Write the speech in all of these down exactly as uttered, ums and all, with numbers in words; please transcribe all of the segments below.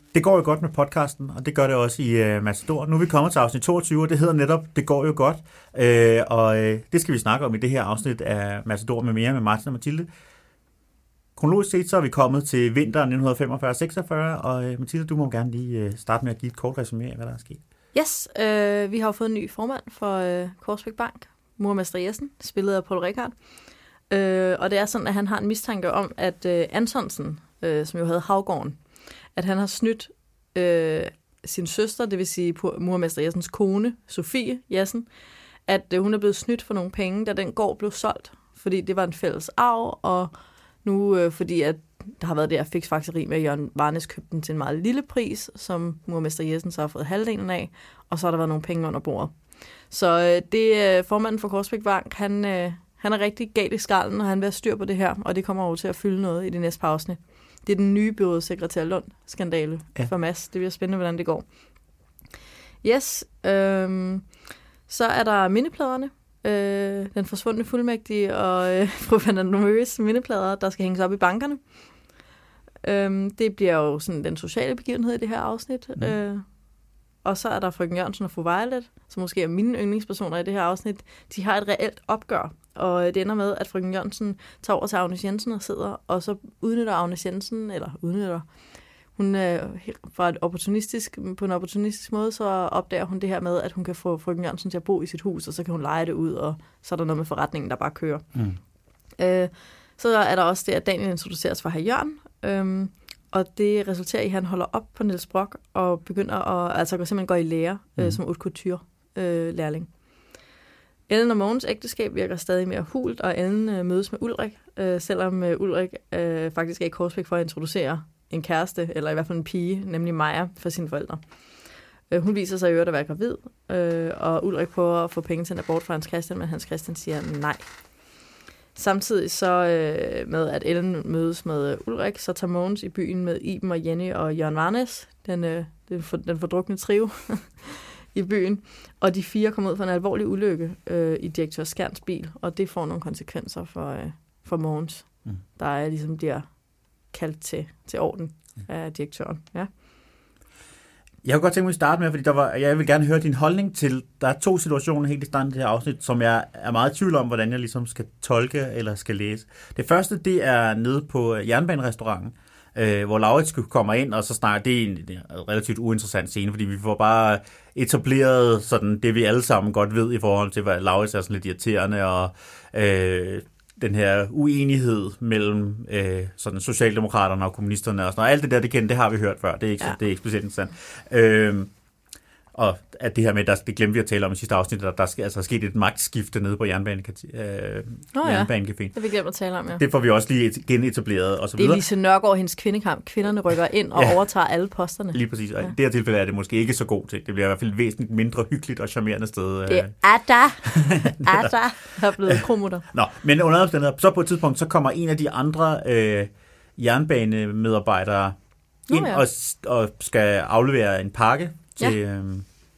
Det går jo godt med podcasten, og det gør det også i uh, Matador. Nu er vi kommet til afsnit toogtyve, og det hedder netop, det går jo godt. Uh, og uh, det skal vi snakke om i det her afsnit af Matador med mere med Martin og Mathilde. Kronologisk set, så er vi kommet til vinteren nitten femogfyrre seksogfyrre, og uh, Mathilde, du må gerne lige uh, starte med at give et kort resumé af, hvad der er sket. Yes, øh, vi har jo fået en ny formand for øh, Korsbæk Bank, Muhammed Strejesen, spillet af Paul Rickard. Øh, og det er sådan, at han har en mistanke om, at øh, Antonsen, øh, som jo havde Havgården, at han har snydt øh, sin søster, det vil sige Muhammed Strejessens kone, Sofie Jessen, at øh, hun er blevet snydt for nogle penge, da den gård blev solgt, fordi det var en fælles arv, og nu øh, fordi at der har været det her fiksfakseri med, at Jørgen Varnes købte den til en meget lille pris, som Muhammed Strejesen så har fået halvdelen af, og så har der været nogle penge under bordet. Så øh, det øh, formanden for Korsbæk Bank, han, øh, han er rigtig galt i skallen, og han vil have styr på det her, og det kommer over til at fylde noget i det næste par afsnit. Det er den nye byrådssekretær Lund-skandale ja. for Mads. Det bliver spændende, hvordan det går. Yes, øh, så er der mindepladerne. Øh, den forsvundne fuldmægtige og øh, fru Fernando Møs mindeplader, der skal hænges op i bankerne. Øh, det bliver jo sådan den sociale begivenhed i det her afsnit. Mm. Øh, og så er der frøken Jørgensen og fru Violet, som måske er mine yndlingspersoner i det her afsnit. De har et reelt opgør, og det ender med, at frøken Jørgensen tager over til Agnes Jensen og sidder, og så udnytter Agnes Jensen, eller udnytter hun øh, fra et opportunistisk, på en opportunistisk måde, så opdager hun det her med, at hun kan få frøken Jørgensen til at bo i sit hus, og så kan hun leje det ud, og så er der noget med forretningen, der bare kører. Mm. Øh, så er der også det, at Daniel introduceres for herr Jørgen, øh, og det resulterer i, at han holder op på Niels Brock, og begynder at, altså simpelthen går i lære, øh, mm. som haute couture øh, lærling. Ellen og Mogens ægteskab virker stadig mere hult, og Ellen øh, mødes med Ulrik, øh, selvom øh, Ulrik øh, faktisk er i Korsbæk for at introducere en kæreste, eller i hvert fald en pige, nemlig Maja, for sine forældre. Øh, hun viser sig i øvrigt at være gravid, øh, og Ulrik prøver at få penge til en abort fra Hans Christian, men Hans Christian siger nej. Samtidig så øh, med, at Ellen mødes med Ulrik, så tager Mogens i byen med Iben og Jenny og Jørgen Varnes, den, øh, den, for, den fordrukne trio i byen, og de fire kommer ud for en alvorlig ulykke øh, i direktør Skjerns bil, og det får nogle konsekvenser for, øh, for Mogens, mm. der er ligesom bliver kaldt til, til orden af direktøren. Ja. Jeg kunne godt tænke mig at starte med, fordi der var, jeg vil gerne høre din holdning til, der er to situationer helt i starten af det her afsnit, som jeg er meget i tvivl om, hvordan jeg ligesom skal tolke eller skal læse. Det første, det er nede på jernbanerestauranten, øh, hvor Laurits kommer ind, og så snakker, det er en, det er en relativt uinteressant scene, fordi vi får bare etableret sådan det, vi alle sammen godt ved i forhold til, hvad Laurits er sådan lidt irriterende, og øh, den her uenighed mellem øh, sådan socialdemokraterne og kommunisterne og sådan noget. Alt det der, det, kendte, det har vi hørt før. Det er ikke, ja. det er ikke specielt interessant. Øh, og at det her med, der, det glemte vi at tale om i sidste afsnit, der, der skal altså sket et magtskifte nede på jernbanecaféen. Øh, oh, ja. Det har vi glemt at tale om, ja. Det får vi også lige genetableret og så videre. Det er Lise Nørgaard, hendes kvindekamp. Kvinderne rykker ind og ja. overtager alle posterne. Lige præcis. Og ja. i det her tilfælde er det måske ikke så god ting. Det bliver i hvert fald væsentligt mindre hyggeligt og charmerende sted. Det er Ada. Ada har blevet kromutter. Nå, men under omstændigheder, så på et tidspunkt, så kommer en af de andre øh, jernbanemedarbejdere ind oh, ja. og, og skal aflevere en pakke til... Ja. Øh,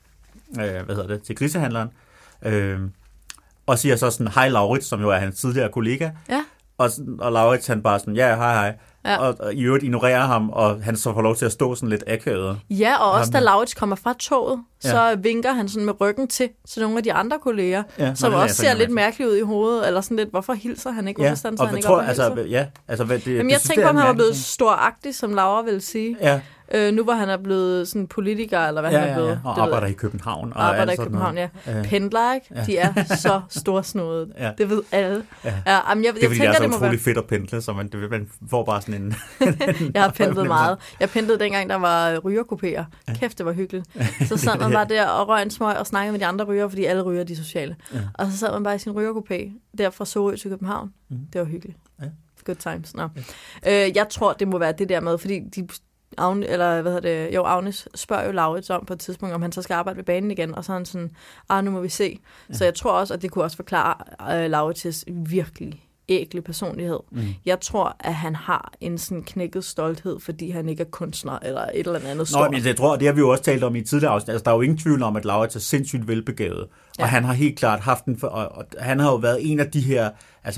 Øh, hvad hedder det, til grisehandleren, øh, og siger så sådan, hej Laurits, som jo er hans tidligere kollega, ja. og, og Laurits han bare sådan, ja, hej, hej, ja. og, og i øvrigt ignorerer ham, og han så får lov til at stå sådan lidt akavet. Ja, og også da Laurits kommer fra toget, ja. så vinker han sådan med ryggen til, til nogle af de andre kolleger, ja, som også ser lidt mærkeligt ud i hovedet, eller sådan lidt, hvorfor hilser han ikke, hvorfor ja, standser han ikke tror, op og hilser? Altså, ja, altså, hvad, det, Jamen, jeg tænker på, om han var blevet storagtig, som Laura ville sige. Ja. Øh, nu hvor han er blevet sådan politiker, eller hvad ja, han er blevet. Ja, ja. Og det arbejder i København. Og arbejder i København, noget. ja. Øh. Pendler, ikke? Ja. De er så storsnodede. Ja. Det ved alle. Ja. Ja, jamen, jeg, det er fordi, jeg tænker, det er så det utrolig være... fedt at pendle, så man, det, man får bare sådan en... jeg har pendlet meget. Jeg pendlede dengang, der var rygerkopéer. Ja. Kæft, det var hyggeligt. Så sad man bare der og røg en smøg og snakkede med de andre ryger, fordi alle ryger de sociale. Ja. Og så sad man bare i sin rygerkopé, der fra Sorø til København. Mm. Det var hyggeligt. Ja. Good times. No. Ja. Øh, jeg tror, det må være det der med, fordi de... Agne, eller hvad hedder det, jo, Agnes spørger jo Laurits om på et tidspunkt, om han så skal arbejde ved banen igen, og så er han sådan, ah, nu må vi se. Ja. Så jeg tror også, at det kunne også forklare uh, Laurits' virkelig ægle personlighed. Mm. Jeg tror, at han har en sådan knækket stolthed, fordi han ikke er kunstner, eller et eller andet stort. Nå, men jeg tror, det har vi jo også talt om i tidligere afsnit. Altså, der er jo ingen tvivl om, at Laurits er sindssygt velbegavet, ja. og han har helt klart haft en, for, og, og han har jo været en af de her, altså,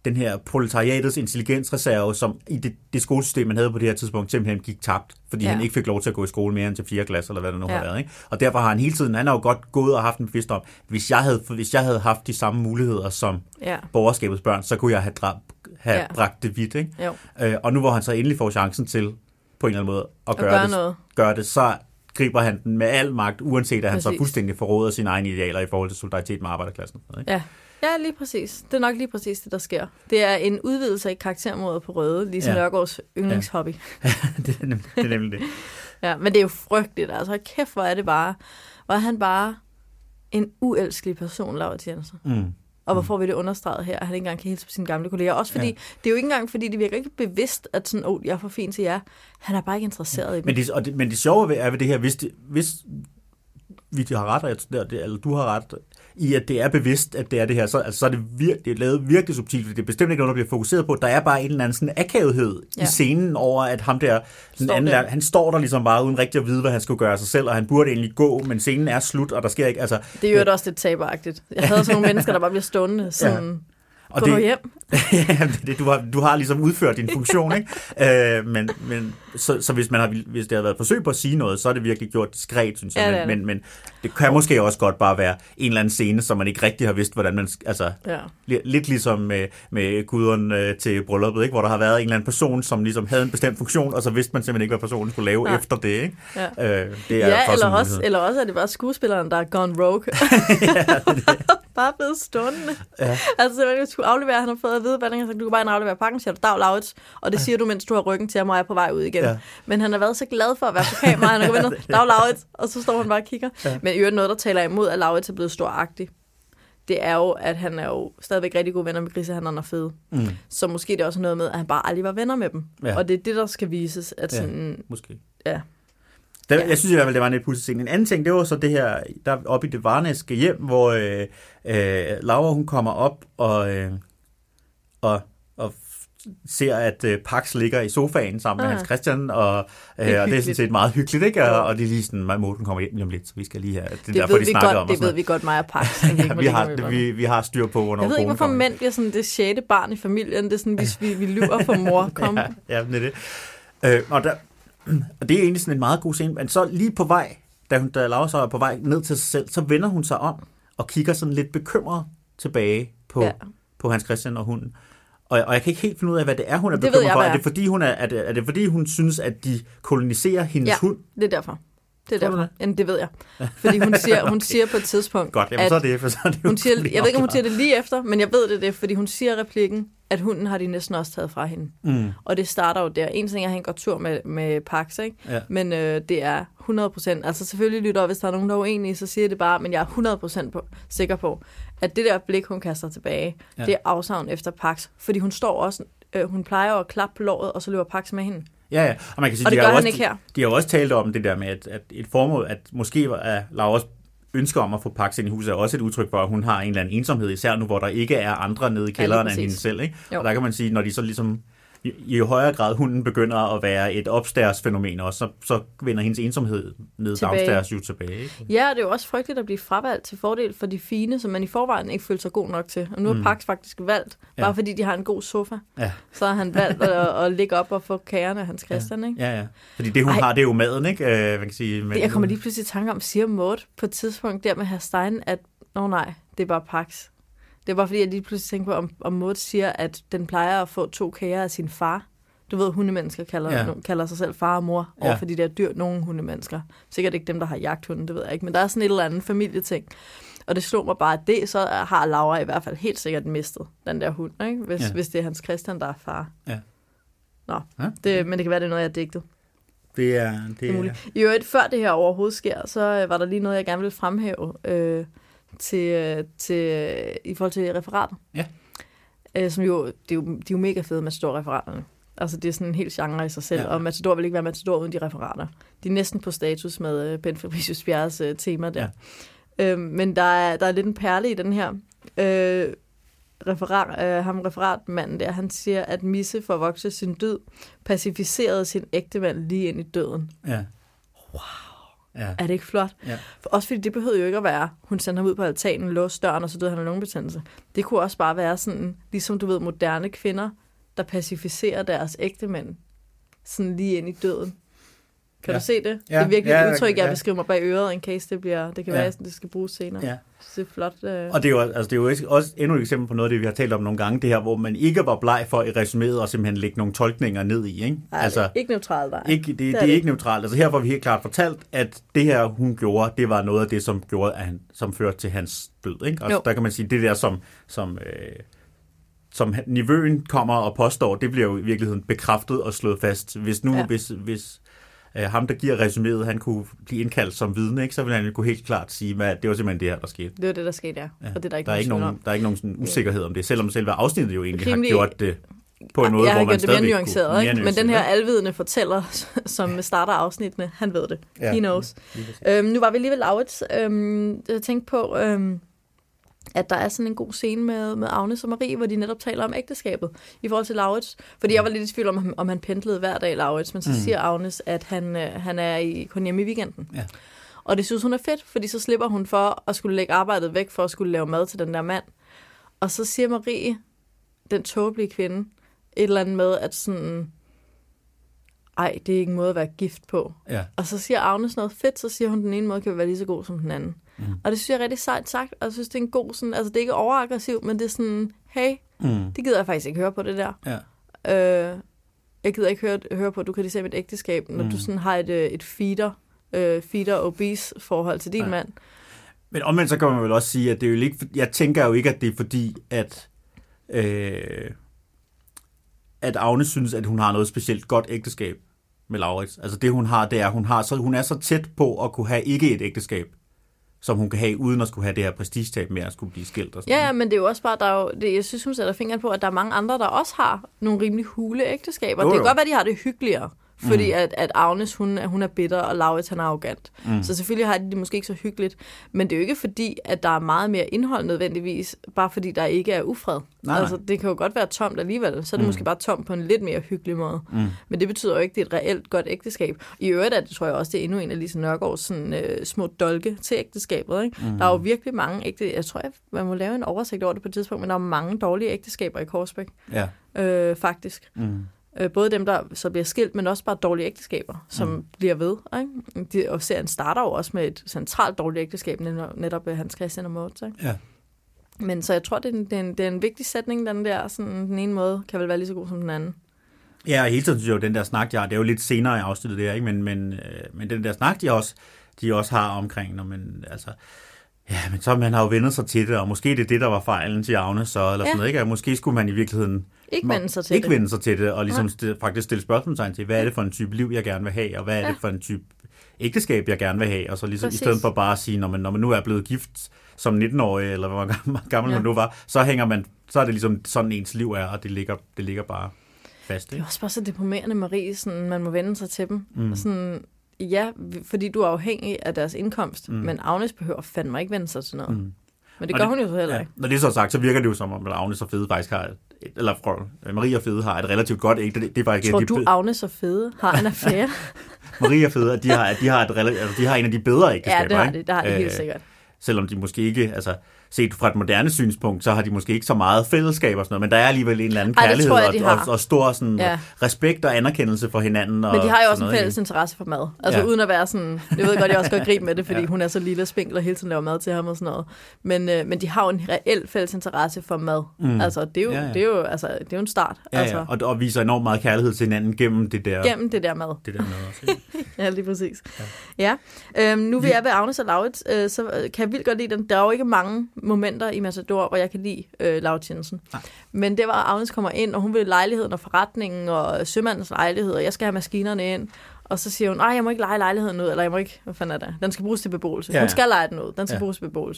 den her proletariatets intelligensreserve, som i det, det skolesystem, man havde på det her tidspunkt, simpelthen gik tabt, fordi ja. han ikke fik lov til at gå i skole mere end til fire klasser, eller hvad det nu ja. har været. Ikke? Og derfor har han hele tiden, han har jo godt gået og haft en bevidst om, hvis jeg havde, hvis jeg havde haft de samme muligheder som ja. borgerskabets børn, så kunne jeg have, drab, have ja. bragt det vidt. Ikke? Øh, og nu hvor han så endelig får chancen til, på en eller anden måde, at gøre, gøre, det, gøre det, så griber han den med al magt, uanset at han præcis. så fuldstændig forråder sine egne idealer i forhold til solidaritet med arbejderklassen. Ikke? Ja. Ja, lige præcis. Det er nok lige præcis det, der sker. Det er en udvidelse af karaktermåder på Røde, ligesom ja. Nørgaards yndlingshobby. Ja, det, er nemlig, det er nemlig det. Ja, men det er jo frygteligt. Altså, kæft, hvor er det bare. Var han bare en uelskelig person, Laurits Jensen. Mm. Og hvorfor vi det understreget her, at han ikke engang kan hilse på sine gamle kolleger. Også fordi, ja. det er jo ikke engang, fordi det virker ikke bevidst, at sådan, åh, oh, jeg er for fin til jer. Han er bare ikke interesseret ja. i dem. Men det, og det, men det sjove er ved det her, hvis, det, hvis vi har ret, eller du har ret, i at det er bevidst, at det er det her, så, altså, så er det, vir- det er lavet virkelig subtilt, for det er bestemt ikke noget, der bliver fokuseret på. Der er bare en eller anden sådan akavethed ja. i scenen over, at ham der, den anden der, han står der ligesom bare uden rigtig at vide, hvad han skulle gøre af sig selv, og han burde egentlig gå, men scenen er slut, og der sker ikke, altså... Det er jo det, også lidt taberagtigt. Jeg havde sådan nogle mennesker, der bare bliver stående, sådan... Ja. Og gå det, hjem. ja, det, du, har, du har ligesom udført din funktion, ikke? øh, men, men så, så hvis man har, hvis det har været forsøg på at sige noget, så er det virkelig gjort diskret, synes jeg. Ja, men, men, men det kan måske også godt bare være en eller anden scene, som man ikke rigtig har vidst, hvordan man... Altså, ja. Lidt ligesom med, med guderen øh, til brylluppet, ikke? Hvor der har været en eller anden person, som ligesom havde en bestemt funktion, og så vidste man simpelthen ikke, hvad personen skulle lave ja. efter det, ikke? Ja, øh, det er ja eller, også, eller også er det bare skuespilleren, der er gone rogue. ja, det bare blevet stående. Ja. Altså, hvis du skulle aflevere, han har fået at vide, hvad han sagt, du kan bare aflevere pakken, siger du, dag Laurits, og det siger du, mens du har ryggen til ham, og er på vej ud igen. Ja. Men han har været så glad for at være på kamera, han har gået ind, dag Laurits, og så står han bare og kigger. Ja. Men i øvrigt noget, der taler imod, at Laurits er blevet storagtig. Det er jo, at han er jo stadigvæk rigtig gode venner med grisehandlerne og fede. Mm. Så måske det er også noget med, at han bare aldrig var venner med dem. Ja. Og det er det, der skal vises. At sådan, ja, måske. Ja. Der, ja. Jeg synes i hvert fald, det var en lidt pudsig ting. En anden ting, det var så det her, der oppe i det varnæske hjem, hvor øh, øh, Laura, hun kommer op og, øh, og, og ser, at øh, Pax ligger i sofaen sammen ah. med Hans Christian, og, øh, det og det er sådan set meget hyggeligt, ikke? Og, og det er lige sådan, at Morten kommer hjem lige om lidt, så vi skal lige have, det, det derfor, de snakker godt, om. Det ved vi godt, mig og Pax. ja, vi, har, det, vi, vi har styr på, hvornår Jeg ved ikke, hvorfor mænd bliver sådan det sjette barn i familien. Det er sådan, hvis vi, vi lyver for mor. Kom. ja, ja, det er det. Øh, og, der, og det er egentlig sådan en meget god scene, men så lige på vej, da, hun, da Laura så er på vej ned til sig selv, så vender hun sig om og kigger sådan lidt bekymret tilbage på, ja. på Hans Christian og hunden. Og, og jeg kan ikke helt finde ud af, hvad det er, hun er bekymret for. Er det, fordi, hun er, er, det, er det fordi, hun synes, at de koloniserer hendes ja, hund? det er derfor. Det er derfor. Det? det ved jeg. Fordi hun siger, okay. hun siger på et tidspunkt... Godt, jamen, at så er det, for så er det hun siger, jeg ved ikke, om hun siger det lige efter, men jeg ved det, det fordi hun siger replikken, at hunden har de næsten også taget fra hende. Mm. Og det starter jo der. En ting er, at han går tur med, med Pax, ikke? Ja. Men øh, det er hundrede procent. Altså selvfølgelig lytter, hvis der er nogen, der er uenige, så siger det bare, men jeg er hundrede procent på, sikker på, at det der blik, hun kaster tilbage, ja. det er afsavn efter Pax. Fordi hun står også, øh, hun plejer at klappe på låret, og så løber Pax med hende. Ja, ja, og man kan sige, og det de gør har han også, ikke her. De har jo også talt om det der med, at, at et formål, at måske er Lauras ønsker om at få Pax ind i huset, er også et udtryk for, at hun har en eller anden ensomhed, især nu, hvor der ikke er andre nede i kælderen ja, end hende selv. Ikke? Og der kan man sige, når de så ligesom i, i højere grad hunden begynder at være et upstairs-fænomen også, så, så vender hendes ensomhed ned downstairs jo tilbage. Ikke? Ja, det er jo også frygteligt at blive fravalgt til fordel for de fine, som man i forvejen ikke føler sig god nok til. Og nu har mm. Pax faktisk valgt, bare ja. fordi de har en god sofa. Ja. Så har han valgt at, at ligge op og få kagerne af Hans Christian. Ja. Ikke? Ja, ja. Fordi det, hun Ej. har, det er jo maden, ikke? Øh, man kan sige, men... Jeg kommer lige pludselig i tanke om, siger Maud på et tidspunkt der med Herr Stein, at nå nej, det er bare Pax. Det er bare fordi, jeg lige pludselig tænker på, om, om Maud siger, at den plejer at få to kager af sin far. Du ved, hundemennesker kalder, ja. kalder sig selv far og mor over ja. for de der dyr, nogle hundemennesker. Sikkert ikke dem, der har jagthunden, det ved jeg ikke. Men der er sådan et eller andet familieting. Og det slog mig bare, at det så har Laura i hvert fald helt sikkert mistet, den der hund, ikke? Hvis, ja. hvis det er Hans Christian, der er far. Ja. Nå, ja. Det, men det kan være, det er noget, jeg har digtet. Det er... Det er... I øvrigt, før det her overhovedet sker, så var der lige noget, jeg gerne ville fremhæve øh, til, til, i forhold til referater. Ja. Øh, som jo, det er jo, de er jo mega fede med store referaterne. Altså, det er sådan en helt genre i sig selv, ja. og Matador vil ikke være Matador uden de referater. De er næsten på status med uh, Ben Fabricius Bjerres uh, tema der. Ja. Øh, men der er, der er lidt en perle i den her. Øh, referat, øh, ham referatmanden der, han siger, at Misse for at vokse sin død, pacificerede sin ægtemand lige ind i døden. Ja. Wow. Ja. Er det ikke flot? Ja. For også fordi det behøvede jo ikke at være, hun sendte ham ud på altanen, låste døren, og så døde han af lungebetændelse. Det kunne også bare være sådan, ligesom du ved, moderne kvinder, der pacificerer deres ægtemænd sådan lige ind i døden. Kan ja. du se det? Ja. Det er virkelig et udtryk, jeg vil skrive mig bag øret, in case det bliver, det kan ja. være, at det skal bruges senere. Ja. Det er flot. Øh... Og det er, jo, altså, det er jo også endnu et eksempel på noget af det, vi har talt om nogle gange, det her, hvor man ikke var bleg for i resuméet og simpelthen lægge nogle tolkninger ned i. Ikke? Ej, altså, det er ikke neutralt, nej. Ikke, det, det, det er det. ikke neutralt. Altså her får vi helt klart fortalt, at det her, hun gjorde, det var noget af det, som, gjorde, at han, som førte til hans død. Ikke? Altså, der kan man sige, det der, som... som øh, som nivøen kommer og påstår, det bliver jo i virkeligheden bekræftet og slået fast. Hvis nu, ja. hvis, hvis øh, ham, der giver resuméet, han kunne blive indkaldt som vidne, ikke, så ville han jo kunne helt klart sige, at det var simpelthen det her, der skete. Det var det, der skete, ja. ja. Og det er der ikke, der er ikke nogen, der er ikke nogen sådan usikkerhed om det, selvom selve afsnittet jo egentlig Rimelig... har gjort det på en måde, hvor man stadigvæk mere nuanceret, kunne... Mere nuanceret, men den her alvidende fortæller, som starter afsnittene, han ved det. Ja. He knows. Ja, øhm, nu var vi lige ved Laurits. Øhm, jeg tænkte på... Øhm, at der er sådan en god scene med, med Agnes og Marie, hvor de netop taler om ægteskabet i forhold til Laurits. Fordi jeg var lidt i tvivl om, om han pendlede hver dag, Laurits, men så mm. siger Agnes, at han, øh, han er i, kun hjemme i weekenden. Ja. Og det synes hun er fedt, fordi så slipper hun for at skulle lægge arbejdet væk, for at skulle lave mad til den der mand. Og så siger Marie, den tåbelige kvinde, et eller andet med, at sådan... Ej, det er ikke en måde at være gift på. Ja. Og så siger Agnes noget fedt, så siger hun, at den ene måde kan være lige så god som den anden. Mm. Og det synes jeg er rigtig sejt sagt, og jeg synes, det er en god sådan, altså det er ikke overaggressivt, men det er sådan, hey, mm. det gider jeg faktisk ikke høre på det der. Ja. Øh, jeg gider ikke høre, høre på, at du kritiserer mit ægteskab, når mm. du sådan har et, et feeder, øh, feeder-obese forhold til din ja. mand. Men omvendt så kan man vel også sige, at det er jo ikke, jeg tænker jo ikke, at det er fordi, at øh, at Agnes synes, at hun har noget specielt godt ægteskab med Laurits. Altså det, hun har, det er, hun, har, så, hun er så tæt på at kunne have ikke et ægteskab, som hun kan have, uden at skulle have det her prestigetab med at skulle blive skilt. Og sådan. Ja, men det er jo også bare, der er jo, det, jeg synes, hun sætter fingeren på, at der er mange andre, der også har nogle rimelig hule ægteskaber. Jo, jo. Det kan godt være, de har det hyggeligere, fordi mm. at, at Agnes, hun, hun er bitter, og Laurits, han er arrogant. Mm. Så selvfølgelig har de det måske ikke så hyggeligt, men det er jo ikke fordi, at der er meget mere indhold nødvendigvis, bare fordi der ikke er ufred. Nej, altså, det kan jo godt være tomt alligevel, så er det mm. måske bare tomt på en lidt mere hyggelig måde. Mm. Men det betyder jo ikke, at det er et reelt godt ægteskab. I øvrigt, at det tror jeg også, det er endnu en af Lise Nørgaards sådan, øh, små dolke til ægteskabet. Ikke? Mm. Der er jo virkelig mange ægte... Jeg tror, jeg, man må lave en oversigt over det på et tidspunkt, men der er mange dårlige ægteskaber i Korsbæk. Ja. Øh, faktisk. Mm. Både dem, der så bliver skilt, men også bare dårlige ægteskaber, som mm. bliver ved. Ikke? De, og serien starter jo også med et centralt dårligt ægteskab, netop Hans Christian og Moritz. Ikke? Ja. Men så jeg tror, det er, en, det, er en, det er en vigtig sætning, den der, sådan, den ene måde kan vel være lige så god som den anden. Ja, og hele tiden synes jeg jo, den der snak, de har, det er jo lidt senere i afsnittet der, ikke? Men, men, øh, men den der snak, de også, de også har omkring, når man, altså... Ja, men så man har jo vendt sig til det, og måske det er det, der var fejlen til Agnes, så, eller ja. sådan noget, ikke? Måske skulle man i virkeligheden ikke vende sig til ikke det. Vende sig til det, og ligesom st- faktisk stille spørgsmålstegn til, hvad er det for en type liv, jeg gerne vil have, og hvad er ja. det for en type ægteskab, jeg gerne vil have, og så ligesom Præcis. i stedet for bare at sige, når man, når man nu er blevet gift som nitten-årig, eller hvor gammel ja. man nu var, så hænger man, så er det ligesom sådan ens liv er, og det ligger, det ligger bare fast. Ikke? Det er også bare så deprimerende, Marie, sådan, man må vende sig til dem. Mm. Sådan, ja, fordi du er afhængig af deres indkomst, mm. men Agnes behøver fandme ikke vende sig til noget. Mm. Men det gør det, hun jo så heller ikke. Ja. Når det er så sagt, så virker det jo som om, at Agnes og Fede faktisk har, et, eller fra Marie og Fede har et relativt godt ægte. Det er faktisk, tror de, du, Agnes og Fede har en affære? Marie og Fede, de har, de, har et, altså, de har en af de bedre ægteskaber. Ja, det har de, det har de helt sikkert. Selvom de måske ikke, altså set fra et moderne synspunkt, så har de måske ikke så meget fællesskab og sådan noget, men der er alligevel en eller anden Ej, kærlighed jeg, og, og, og stor sådan, ja. respekt og anerkendelse for hinanden. Og men de har jo også en fælles interesse for mad. Altså ja. uden at være sådan, jeg ved godt, jeg også godt gribe med det, fordi ja. hun er så lille og spinkel og hele tiden laver mad til ham og sådan noget. Men, øh, men de har jo en reel fælles interesse for mad. Mm. Altså det er jo, ja, ja. Det er jo, altså, det er jo en start. Ja, altså. ja. Og, og viser enormt meget kærlighed til hinanden gennem det der. Gennem det der mad. Det der mad også. Ja, lige præcis. Ja. Ja. Øhm, nu vil jeg ved Agnes og Laurits, øh, så kan jeg vildt godt lide den. Der er jo ikke mange momenter i Matador, hvor jeg kan lide øh, Laurits Jensen. Nej. Men det var, at Agnes kommer ind, og hun vil lejligheden og forretningen og sømandens lejlighed, og jeg skal have maskinerne ind. Og så siger hun, nej, jeg må ikke leje lejligheden ud, eller jeg må ikke, hvad fanden er det? Den skal bruges til beboelse. Ja, ja. Hun skal leje den ud, den skal ja. bruges til beboelse.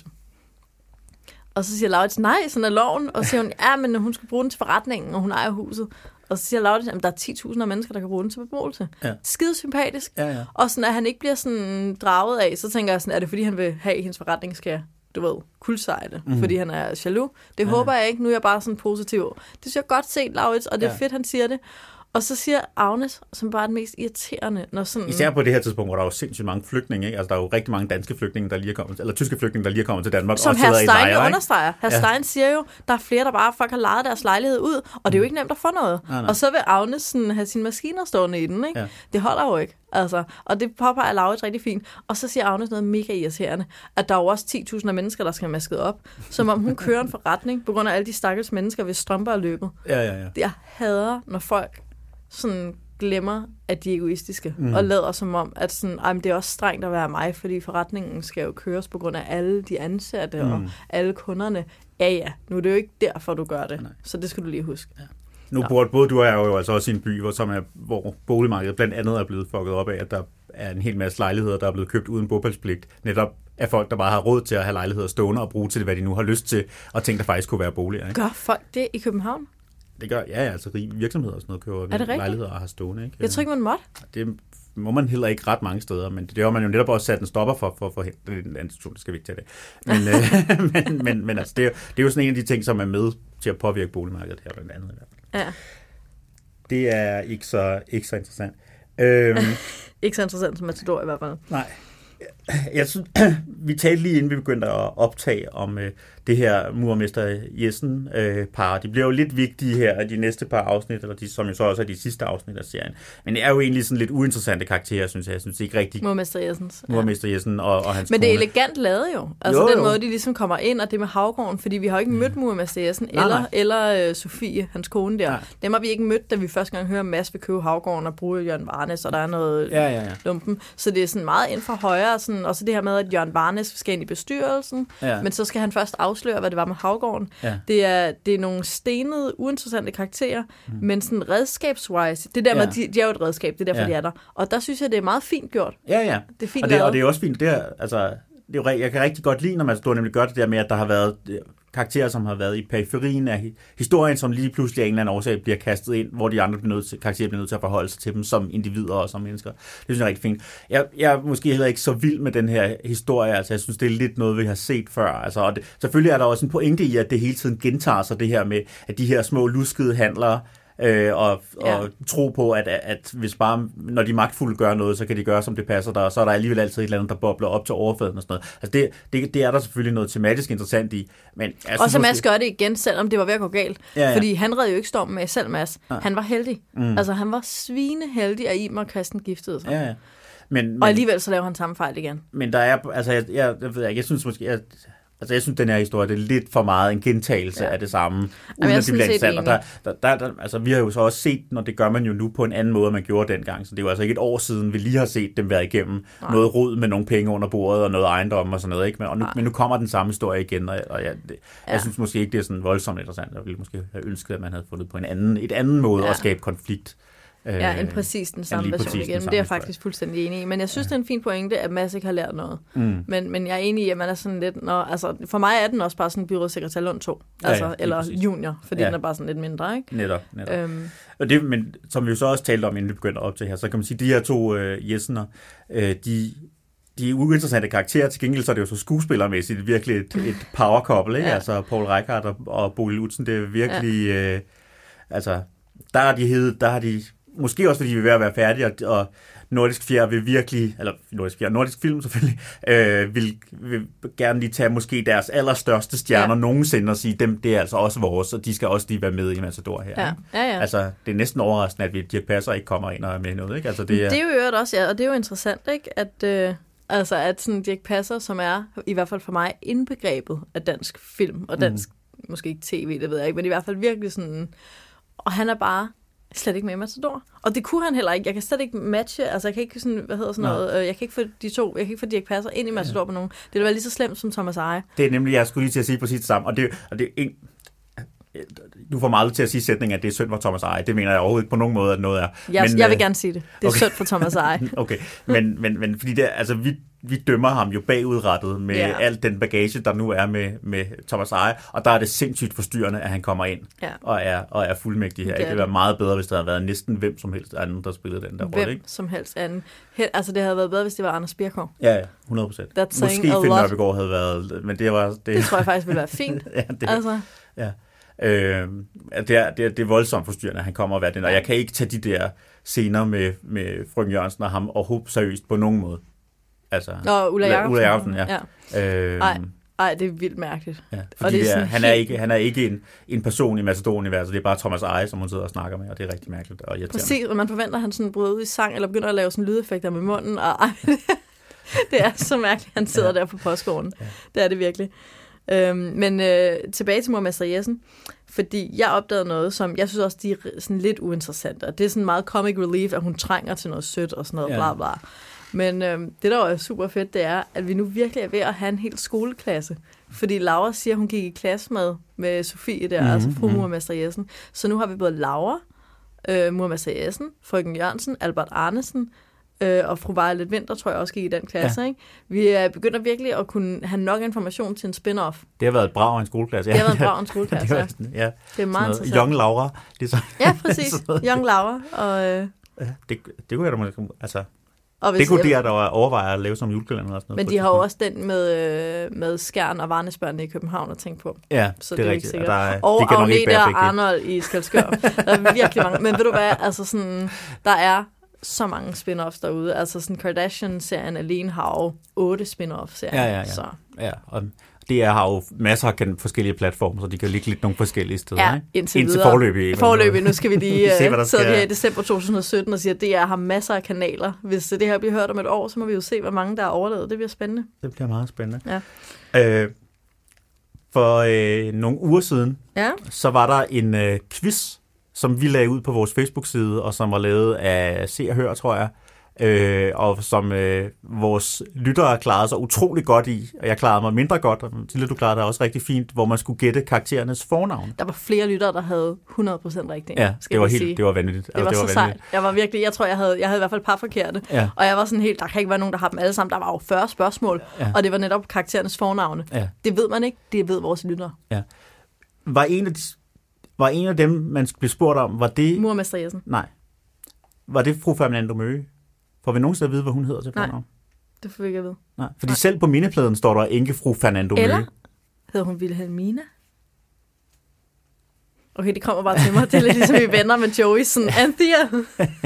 Og så siger Laurits, nej, sådan er loven. Og så siger hun, ja, men hun skal bruge den til forretningen, og hun ejer huset. Og så siger Laurits, at der er ti tusind af mennesker, der kan bruge den til beboelse. Ja. Skide sympatisk. Ja, ja. Og sådan, at han ikke bliver sådan draget af, så tænker jeg sådan, er det fordi, han vil have, at hendes forretning skal, du ved, kuldsejle, mm. fordi han er jaloux. Det ja. håber jeg ikke, nu er jeg bare sådan positiv. Det synes jeg godt set, Laurits, og det er ja. fedt, han siger det. Og så siger Agnes, som bare er den mest irriterende, når sådan... Især på det her tidspunkt, hvor der er jo sindssygt mange flygtninge, ikke? Altså, der er jo rigtig mange danske flygtninge, der lige er kommet, eller tyske flygtninge, der lige er kommet til Danmark. Som og herr sidder Stein i lejre, understreger. Herr ja. Stein siger jo, der er flere, der bare folk har lejet deres lejlighed ud, og det er jo ikke nemt at få noget. Nej, nej. Og så vil Agnes sådan have sine maskiner stående i den, ikke? Ja. Det holder jo ikke. Altså, og det påpeger Laurits rigtig fint. Og så siger Agnes noget mega irriterende, at der er jo også ti tusind mennesker, der skal have masket op, som om hun kører en forretning på grund af alle de stakkels mennesker, hvis strømper er løbet. Ja, ja, ja. Jeg hader, når folk sådan glemmer, at de er egoistiske, mm. og lader som om, at sådan, ej, men det er også strengt at være mig, fordi forretningen skal jo køres på grund af alle de ansatte mm. og alle kunderne. Ja, ja, nu er det jo ikke derfor, du gør det. Nej. Så det skal du lige huske. Ja. Nu bor både du og jeg jo altså også i en by, hvor, som er, hvor boligmarkedet blandt andet er blevet fucket op af, at der er en hel masse lejligheder, der er blevet købt uden bopælspligt. Netop af folk, der bare har råd til at have lejligheder stående og bruge til det, hvad de nu har lyst til, og ting, der faktisk kunne være boliger. Ikke? Gør folk det i København? Det gør, ja, altså virksomheder og sådan noget køber lejligheder og har stående. Ikke? Jeg tror ikke, man måtte. Det må man heller ikke ret mange steder, men det har man jo netop også sat en stopper for, for, for det er en anden situation, det skal vi ikke tage det. Men, øh, men, men, men altså, det, er, det er jo sådan en af de ting, som er med til at påvirke boligmarkedet her, blandt andet i hvert fald. Ja. Det er ikke så, ikke så interessant. Øhm, ikke så interessant som Matador i hvert fald. Nej. Jeg synes, vi talte lige inden vi begyndte at optage om øh, det her murermester Jessen øh, par. De bliver jo lidt vigtige her i de næste par afsnit, eller de, som jo så også er de sidste afsnit af serien. Men det er jo egentlig sådan lidt uinteressante karakterer, synes jeg. Jeg synes ikke rigtig... Murermester Jessens. Murermester Jessen og, og hans Men det er kone. elegant lavet jo. Altså jo, den jo. måde, de ligesom kommer ind, og det med Havgården, fordi vi har jo ikke mødt murermester Jessen, nej, eller, nej. eller øh, Sofie, hans kone der. Nej. Dem har vi ikke mødt, da vi første gang hører Mads vil købe Havgården og bruge Jørgen Varnes, og der er noget ja, ja, ja. lumpen. Så det er sådan meget ind fra højre, sådan, og så det her med, at Jørgen Varnes skal ind i bestyrelsen, ja. Men så skal han først afsløre, hvad det var med Havgården. Ja. Det, er, det er nogle stenede, uinteressante karakterer, mm. men sådan redskabswise, det der med, ja. de, de er jo et redskab, det er derfor, ja. de er der. Og der synes jeg, det er meget fint gjort. Ja, ja. Det er fint og, det, og det er også fint, det er, altså, det er jo, jeg kan rigtig godt lide, når man står nemlig gør det der med, at der har været karakterer, som har været i periferien af historien, som lige pludselig af en eller anden årsag bliver kastet ind, hvor de andre bliver nødt til, karakterer bliver nødt til at forholde sig til dem som individer og som mennesker. Det synes jeg er rigtig fint. Jeg, jeg er måske heller ikke så vild med den her historie, altså jeg synes, det er lidt noget, vi har set før. Altså, og det, selvfølgelig er der også en pointe i, at det hele tiden gentager sig det her med, at de her små luskede handlere, Øh, og, ja. og tro på, at, at hvis bare, når de magtfulde gør noget, så kan de gøre, som det passer der, og så er der alligevel altid et eller andet, der bobler op til overfladen og sådan noget. Altså det, det, det er der selvfølgelig noget tematisk interessant i. Men jeg og så Mads gør det igen, selvom det var ved at gå galt. Ja, ja. Fordi han redde jo ikke stormen med selv, Mads. Ja. Han var heldig. Mm. Altså han var svineheldig, at Iben og Christen giftede sig. Ja, ja. Men, men, og alligevel så laver han samme fejl igen. Men der er, altså jeg, jeg, jeg ved ikke, jeg synes måske, jeg, Altså, jeg synes, den her historie, det er lidt for meget en gentagelse ja. af det samme, uden Jamen, at det bliver interessant. Der, der, der, der, altså, vi har jo så også set, når det gør man jo nu på en anden måde, end man gjorde dengang. Så det er jo altså ikke et år siden, vi lige har set dem være igennem Nej. noget rod med nogle penge under bordet og noget ejendom og sådan noget. Ikke? Men, og nu, men nu kommer den samme historie igen, og, og jeg, det, ja. jeg synes måske ikke, det er sådan voldsomt interessant. Jeg ville måske have ønsket, at man havde fundet på en anden, et anden måde ja. at skabe konflikt. Ja, en præcis den samme version igen, men det er jeg faktisk fuldstændig enig i. Men jeg synes, ja. det er en fin pointe, at Mads ikke har lært noget. Mm. Men, men jeg er enig i, at man er sådan lidt... Når, altså, for mig er den også bare sådan byrådssekretær Lund to, altså, ja, ja, eller præcis. Junior, fordi ja. den er bare sådan lidt mindre, ikke? Netop, netop. Øhm. Og det, men som vi jo så også talte om, inden vi begyndte op til her, så kan man sige, at de her to øh, Jessener, øh, de... De er uinteressante karakterer, til gengæld så er det jo så skuespillermæssigt virkelig et, et power couple, ikke? Ja. Altså Poul Reichhardt og, og Bodil Udsen, det er virkelig... Ja. Øh, altså, der har de hed, der har de... Måske også, fordi vi er ved at være færdige, og, og Nordisk Fjer vil virkelig, eller Nordisk Fjer, Nordisk Film selvfølgelig, øh, vil, vil gerne lige tage måske deres allerstørste stjerner ja. nogensinde og sige, dem, det er altså også vores, og de skal også lige være med i Matador her. Ja. Ja, ja. Altså, det er næsten overraskende, at vi Dirch Passer ikke kommer ind og er med noget, ikke? Altså, det, er... det er jo øvrigt også, ja, og det er jo interessant, ikke? At, øh, altså, at sådan Dirch Passer, som er, i hvert fald for mig, indbegrebet af dansk film, og dansk, mm. måske ikke tv, det ved jeg ikke, men i hvert fald virkelig sådan, og han er bare slet ikke med i Matador. Og det kunne han heller ikke. Jeg kan slet ikke matche, altså jeg kan ikke sådan, hvad hedder sådan noget, Nej. jeg kan ikke få de to, jeg kan ikke få Dirch Passer ind i Matador ja. på nogen. Det vil være lige så slemt som Thomas Eje. Det er nemlig, jeg skulle lige til at sige præcis det samme, og det, og det er en, du får meget til at sige sætningen, at det er synd for Thomas Eje. Det mener jeg overhovedet ikke på nogen måde, at noget er. Jeg, men, jeg vil gerne sige det. Det er okay. synd for Thomas Eje. Okay, men, men, men fordi det, altså vi vi dømmer ham jo bagudrettet med yeah. al den bagage, der nu er med, med Thomas Eje, og der er det sindssygt forstyrrende, at han kommer ind yeah. og, er, og er fuldmægtig her. Det, det ville være meget bedre, hvis der havde været næsten hvem som helst anden, der spillede den der rolle. Hvem som helst anden. Altså det havde været bedre, hvis det var Anders Birkov. Ja, ja, hundrede procent. Måske Finn Nørbegaard havde været, men det var... Det, det tror jeg faktisk ville være fint. ja, det, altså. ja. Øh, det, er, det, er, det er voldsomt forstyrrende, at han kommer og hvad den, og jeg kan ikke tage de der scener med, med frøken Jørgensen og ham overhovedet seriøst på nogen måde. Altså, Nå, Ulla Jacobsen. Ulla Jacobsen, ja. ja. Øh, Ej. Ej, det er vildt mærkeligt. Ja, fordi og det er det er, sådan han, helt... er ikke, han er ikke en, en person i Matador-universet, det er bare Thomas Eje, som hun sidder og snakker med, og det er rigtig mærkeligt og irriterende. Præcis, og man forventer, at han sådan bryder ud i sang, eller begynder at lave sådan lydeffekter med munden, og ej, det er så mærkeligt, han sidder ja. der på postgården. Ja. Det er det virkelig. Øhm, men øh, tilbage til Mor Mester Jessen, fordi jeg opdagede noget, som jeg synes også, de er sådan lidt uinteressante, og det er sådan meget comic relief, at hun trænger til noget sødt og sådan noget, ja. bla bla. Men øh, det, der er super fedt, det er, at vi nu virkelig er ved at have en hel skoleklasse. Fordi Laura siger, at hun gik i klasse med, med Sofie der, mm-hmm. altså fru Mor Mester Jessen. Så nu har vi både Laura, øh, Mor Mester Jessen, frøken Jørgensen, Albert Arnesen, øh, og fru Violet Vinter, tror jeg også gik i den klasse. Ja. Ikke? Vi er begynder virkelig at kunne have nok information til en spin-off. Det har været et brav en skoleklasse. Ja. Det har været et brav en skoleklasse, ja. det, ja. Det er meget interessant. Young Laura. Ligesom. Ja, præcis. Young Laura. Og, øh... ja, det, det kunne jeg da måske... Altså... Og det kunne der, der var overvejet at lave som julekalender og sådan noget. Men de har jo også den med, med Skjern og Varnesbørnene i København at tænke på. Ja, så det er, er rigtigt. Ikke der er, og Agnete og Arnold i Skalskør. Der er virkelig mange. Men ved du hvad, altså sådan, der er så mange spin-offs derude. Altså sådan Kardashian-serien alene har jo otte spin-off-serier. Ja, ja, ja. Så. ja og D R har jo masser af forskellige platformer, så de kan ligge lidt nogle forskellige steder. Ja, ikke? indtil, indtil forløbig. Forløbig, nu skal vi lige se, hvad der sidde skal... her i december to tusind og sytten og sige, at D R har masser af kanaler. Hvis det her bliver hørt om et år, så må vi jo se, hvor mange der er overlevet. Det bliver spændende. Det bliver meget spændende. Ja. Øh, for øh, nogle uger siden, ja. så var der en øh, quiz, som vi lagde ud på vores Facebook-side, og som var lavet af Se og Hør, tror jeg. Øh, og som øh, vores lyttere klarede sig utrolig godt i, og jeg klarede mig mindre godt, og Tilde, du klarede dig også rigtig fint, hvor man skulle gætte karakterernes fornavn. Der var flere lyttere, der havde hundrede procent rigtigt. Ja, det var, helt, det var vanvittigt. Det var, altså, det var så sejt. Jeg var virkelig, jeg tror, jeg havde, jeg havde i hvert fald et par forkerte, ja. Og jeg var sådan helt, der kan ikke være nogen, der har dem alle sammen. Der var jo fyrre spørgsmål, ja. Og det var netop karakterernes fornavne. Ja. Det ved man ikke, det ved vores lyttere. Ja. Var en af de, var en af dem, man blev spurgt om, var det... Mor Mester Jessen. Nej. Var det fru Fernando Møge? Får vi nogensinde at vide, hvad hun hedder til fornavn? Nej, det får vi ikke at vide. Nej, fordi Nej. selv på mindepladen står der ikke fru Fernando Møge. Eller hedder hun Wilhelmina? Okay, det kommer bare til mig. Det er lidt ligesom vi venner med Joey. Sådan, Anthea.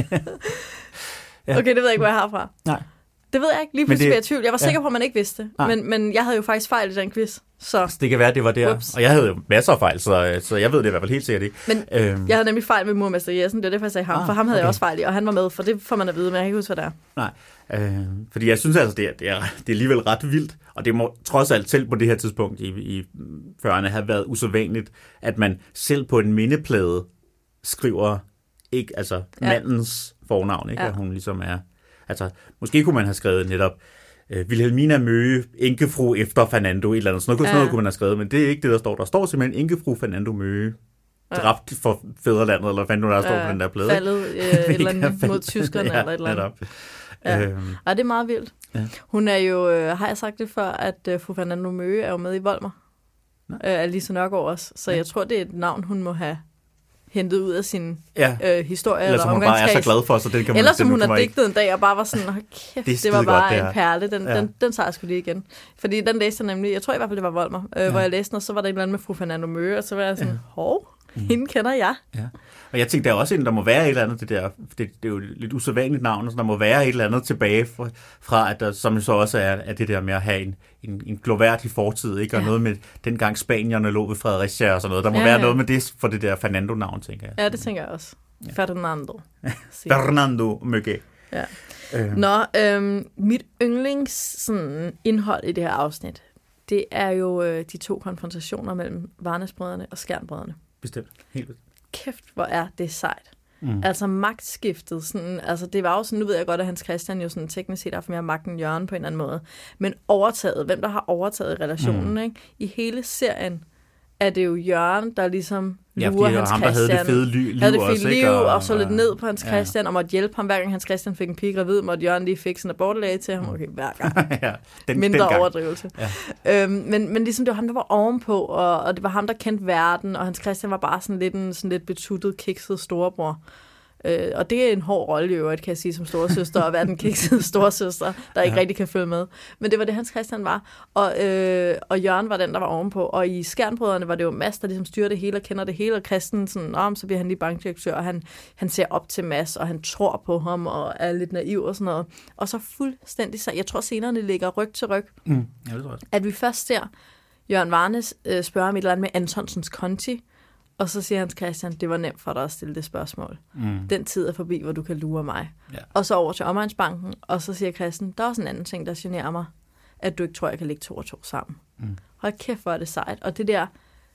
Okay, det ved jeg ikke, hvor jeg har fra. Nej. Det ved jeg ikke. Lige pludselig det, var jeg i tvivl. Jeg var sikker ja. på, at man ikke vidste det. Men, men jeg havde jo faktisk fejl i den quiz. Så. så det kan være, at det var der. Ups. Og jeg havde jo masser af fejl, så, så jeg ved det i hvert fald helt sikkert ikke. Men øhm. jeg havde nemlig fejl med Mor Mester Jessen. Det var derfor, jeg sagde ham. Ah, for ham havde okay. jeg også fejl i, og han var med. For det får man at vide, men jeg kan ikke huske, hvad det er. Nej. Øh, fordi jeg synes altså, det er, det, er, det er alligevel ret vildt. Og det må trods alt selv på det her tidspunkt i, i fyrrerne have været usædvanligt, at man selv på en mindeplade skriver ikke, altså ja. mandens fornavn. Ikke? Ja. At hun ligesom er... Altså, måske kunne man have skrevet netop uh, Wilhelmina Møge, enkefru efter Fernando, et eller andet. Sådan noget, ja. sådan noget kunne man have skrevet, men det er ikke det, der står. Der står simpelthen enkefru Fernando Møge, dræbt for fædrelandet, eller hvad fanden nu der står ja. på den der plade. Faldet øh, et eller andet mod tyskerne, ja, eller et eller andet. Ja. Øhm. Ej, det er meget vildt. Ja. Hun er jo, øh, har jeg sagt det før, at øh, fru Fernando Møge er jo med i Volmer. Øh, Alice Nørgaard også. Så ja. jeg tror, det er et navn, hun må have hentet ud af sin ja. øh, historie. Eller som hun bare er så glad for, så den kan man... Eller som hun har digtet en dag, og bare var sådan, oh, kæft, det, det var bare godt, det en perle. Den, ja. den, den tager jeg sgu lige igen. Fordi den læste jeg nemlig, jeg tror i hvert fald, det var Volmer, øh, ja. hvor jeg læste den, og så var der et eller andet med fru Fernando Møge, og så var jeg sådan, ja. hov, mm. hende kender jeg. Ja. Og jeg tænkte, der er også en, der må være et eller andet, det der, det, det er jo et lidt usædvanligt navn, så der må være et eller andet tilbage fra, fra at der, som så også er, er det der med at have en, en, en gloværdig fortid, ikke? Og ja. noget med dengang spanierne lå ved Fredericia og sådan noget. Der må ja, være ja. noget med det for det der Fernando-navn, tænker jeg. Ja, det tænker jeg også. Ja. Fernando. Fernando Møge. Ja. Øh. Nå, øhm, mit yndlings sådan, indhold i det her afsnit, det er jo øh, de to konfrontationer mellem Varnesbrødrene og Skjernbrødrene. Bestemt. Helt bestemt. Kæft, hvor er det sejt. Mm. Altså magtskiftet, sådan, altså det var jo sådan, nu ved jeg godt, at Hans Christian jo sådan teknisk set har for mere magt end Jørgen på en eller anden måde, men overtaget, hvem der har overtaget relationen, mm. ikke? I hele serien er det jo Jørgen, der ligesom lurer ja, Hans ham, Christian. Der havde det fede liv, havde det fede liv og, og så lidt ned på Hans Christian, ja. og måtte hjælpe ham, hver gang Hans Christian fik en pige gravid, måtte Jørgen lige fikse en abortlæge til ham. Okay, hver gang. ja, den, Mindre den overdrivelse. Ja. Øhm, men, men ligesom det var ham, der var ovenpå, og, og det var ham, der kendte verden, og Hans Christian var bare sådan lidt en sådan lidt betuttet, kikset storebror. Øh, og det er en hård rolle i øvrigt, kan jeg sige, som storesøster, og være den kiksede storesøster, der ikke ja. rigtig kan følge med. Men det var det, Hans Christian var. Og, øh, og Jørgen var den, der var ovenpå. Og i Skjernbrødrene var det jo Mads, der ligesom styrer det hele og kender det hele. Og Christian, sådan, om, så bliver han lige bankdirektør, og han, han ser op til Mads, og han tror på ham, og er lidt naiv og sådan noget. Og så fuldstændig, så jeg tror senere, det ligger ryg til ryg. Mm. Ja, det tror jeg. At vi først ser Jørgen Varnes øh, spørge om et eller andet med Antonsens konti, og så siger Hans Christian, det var nemt for dig at stille det spørgsmål. Mm. Den tid er forbi, hvor du kan lure mig. Ja. Og så over til Omegnsbanken, og så siger Christian, der er også en anden ting, der generer mig, at du ikke tror, jeg kan lægge to og to sammen. Mm. Hold kæft, hvor er det sejt. Og det der,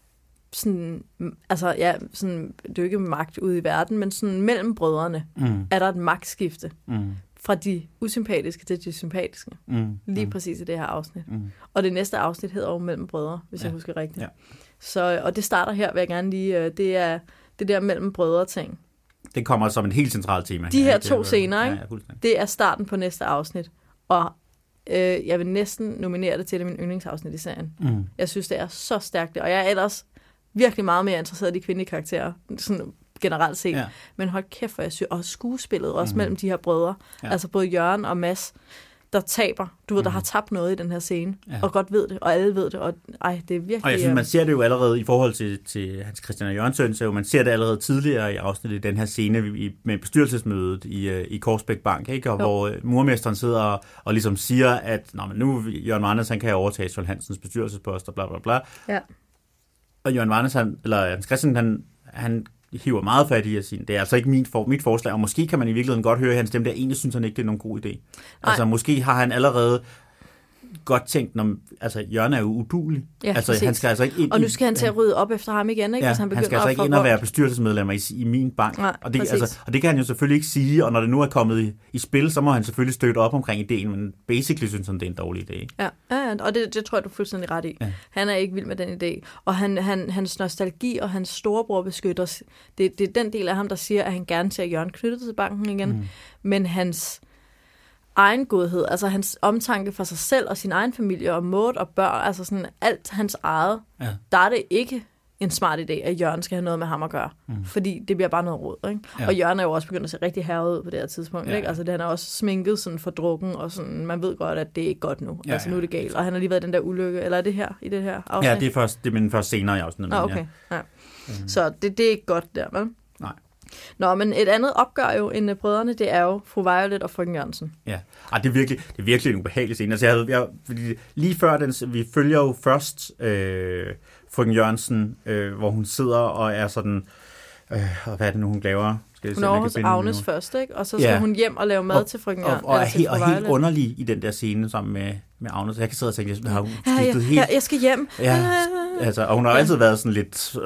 sådan, altså ja, sådan, det er jo ikke magt ude i verden, men sådan mellem brødrene, mm. er der et magtskifte. Mm. Fra de usympatiske til de sympatiske. Mm. Lige mm. præcis i det her afsnit. Mm. Og det næste afsnit hedder jo Mellem Brødre, hvis ja. jeg husker rigtigt. Ja. Så, og det starter her, vil jeg gerne lige, det er det der mellem brødre ting. Det kommer som en helt central tema. De her ja, to scener, ikke? Ja, det er starten på næste afsnit. Og øh, jeg vil næsten nominere det til det min yndlingsafsnit i serien. Mm. Jeg synes, det er så stærkt. Og jeg er ellers virkelig meget mere interesseret i de kvindelige karakterer, sådan generelt set. Ja. Men hold kæft, hvor jeg synes, og skuespillet også mm. mellem de her brødre. Ja. Altså både Jørgen og Mads, der taber. Du ved, mm. der har tabt noget i den her scene, ja. og godt ved det, og alle ved det, og ej, det er virkelig... Og jeg synes, man ser det jo allerede i forhold til, til Hans Christian og Jørgen, så man ser det allerede tidligere i afsnittet, den her scene i, med bestyrelsesmødet i, i Korsbæk Bank, ikke? Og hvor murmesteren sidder og, og ligesom siger, at Nå, men nu Jørgen Varnes, han kan overtage Skjold Hansens bestyrelsespost, og bla bla bla. Ja. Og Jørgen Varnes, han, eller Hans Christian, han, han hiver meget fat i at sige, det er altså ikke mit, for, mit forslag, og måske kan man i virkeligheden godt høre, at hans stemme der egentlig synes han ikke, det er nogen god idé. Altså Ej. måske har han allerede godt tænkt, når, altså Jørgen er jo uduelig. Ja, altså han skal altså ikke ind og nu skal han til at rydde op efter ham igen, ikke? Ja, hvis han begynder han skal altså ikke ind og være bestyrelsesmedlemmer i, i min bank. Nej, og, det, altså, og det kan han jo selvfølgelig ikke sige, og når det nu er kommet i, i spil, så må han selvfølgelig støtte op omkring ideen, men basically synes han, det er en dårlig idé. Ja, ja og det, det tror jeg, du er fuldstændig ret i. Ja. Han er ikke vild med den idé. Og han, han, hans nostalgi og hans storebror beskytter, det, det er den del af ham, der siger, at han gerne ser Jørgen knyttet til banken igen, mm. men hans egen godhed, altså hans omtanke for sig selv og sin egen familie og Maud og børn, altså sådan alt hans eget, ja. der er det ikke en smart idé, at Jørgen skal have noget med ham at gøre. Mm. Fordi det bliver bare noget råd, ikke? Ja. Og Jørgen er jo også begyndt at se rigtig herret ud på det her tidspunkt, ja. ikke? Altså han er også sminket sådan for drukken, og sådan, man ved godt, at det er ikke godt nu. Ja, altså nu er det galt. Og han har lige været den der ulykke, eller er det her, i det her afsnit? Ja, det er, først, det er min første senere i afsnittet. Ah, okay. Ja. Ja. Mm. Så det, det er ikke godt der, vel? Nej. Nå, men et andet opgør jo end brødrene, det er jo fru Violet og frøken Jørgensen. Ja, Ej, det, er virkelig, det er virkelig en ubehagelig scene. Altså, jeg havde, jeg, fordi lige før den, vi følger jo først øh, frøken Jørgensen, øh, hvor hun sidder og er sådan, øh, hvad er det nu, hun laver? Hun er over hos Agnes først, ikke? Og så skal ja. hun hjem og lave mad og, til frøken Jørgensen. Og, og, er he, og helt underlig i den der scene sammen med, med Agnes. Jeg kan sidde og tænke, at har hun skiftet ja, ja, helt... Ja, jeg skal hjem. Ja, altså, og hun har ja. altid været sådan lidt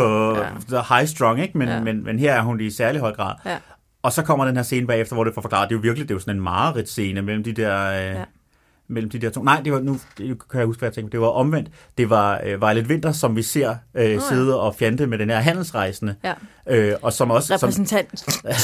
øh, ja. high strong, ikke? Men, ja. men, men her er hun i særlig høj grad. Ja. Og så kommer den her scene bagefter, hvor det får forklaret, det er jo virkelig, det er jo sådan en mareridt-scene mellem de der... Øh, ja. mellem de der to. Nej, det var nu det kan jeg huske, hvad jeg tænkte. Det var omvendt. Det var øh, Violet Winter, som vi ser øh, oh, sidde ja. og fjante med den her handelsrejsende. Ja. Øh, og som også repræsentant.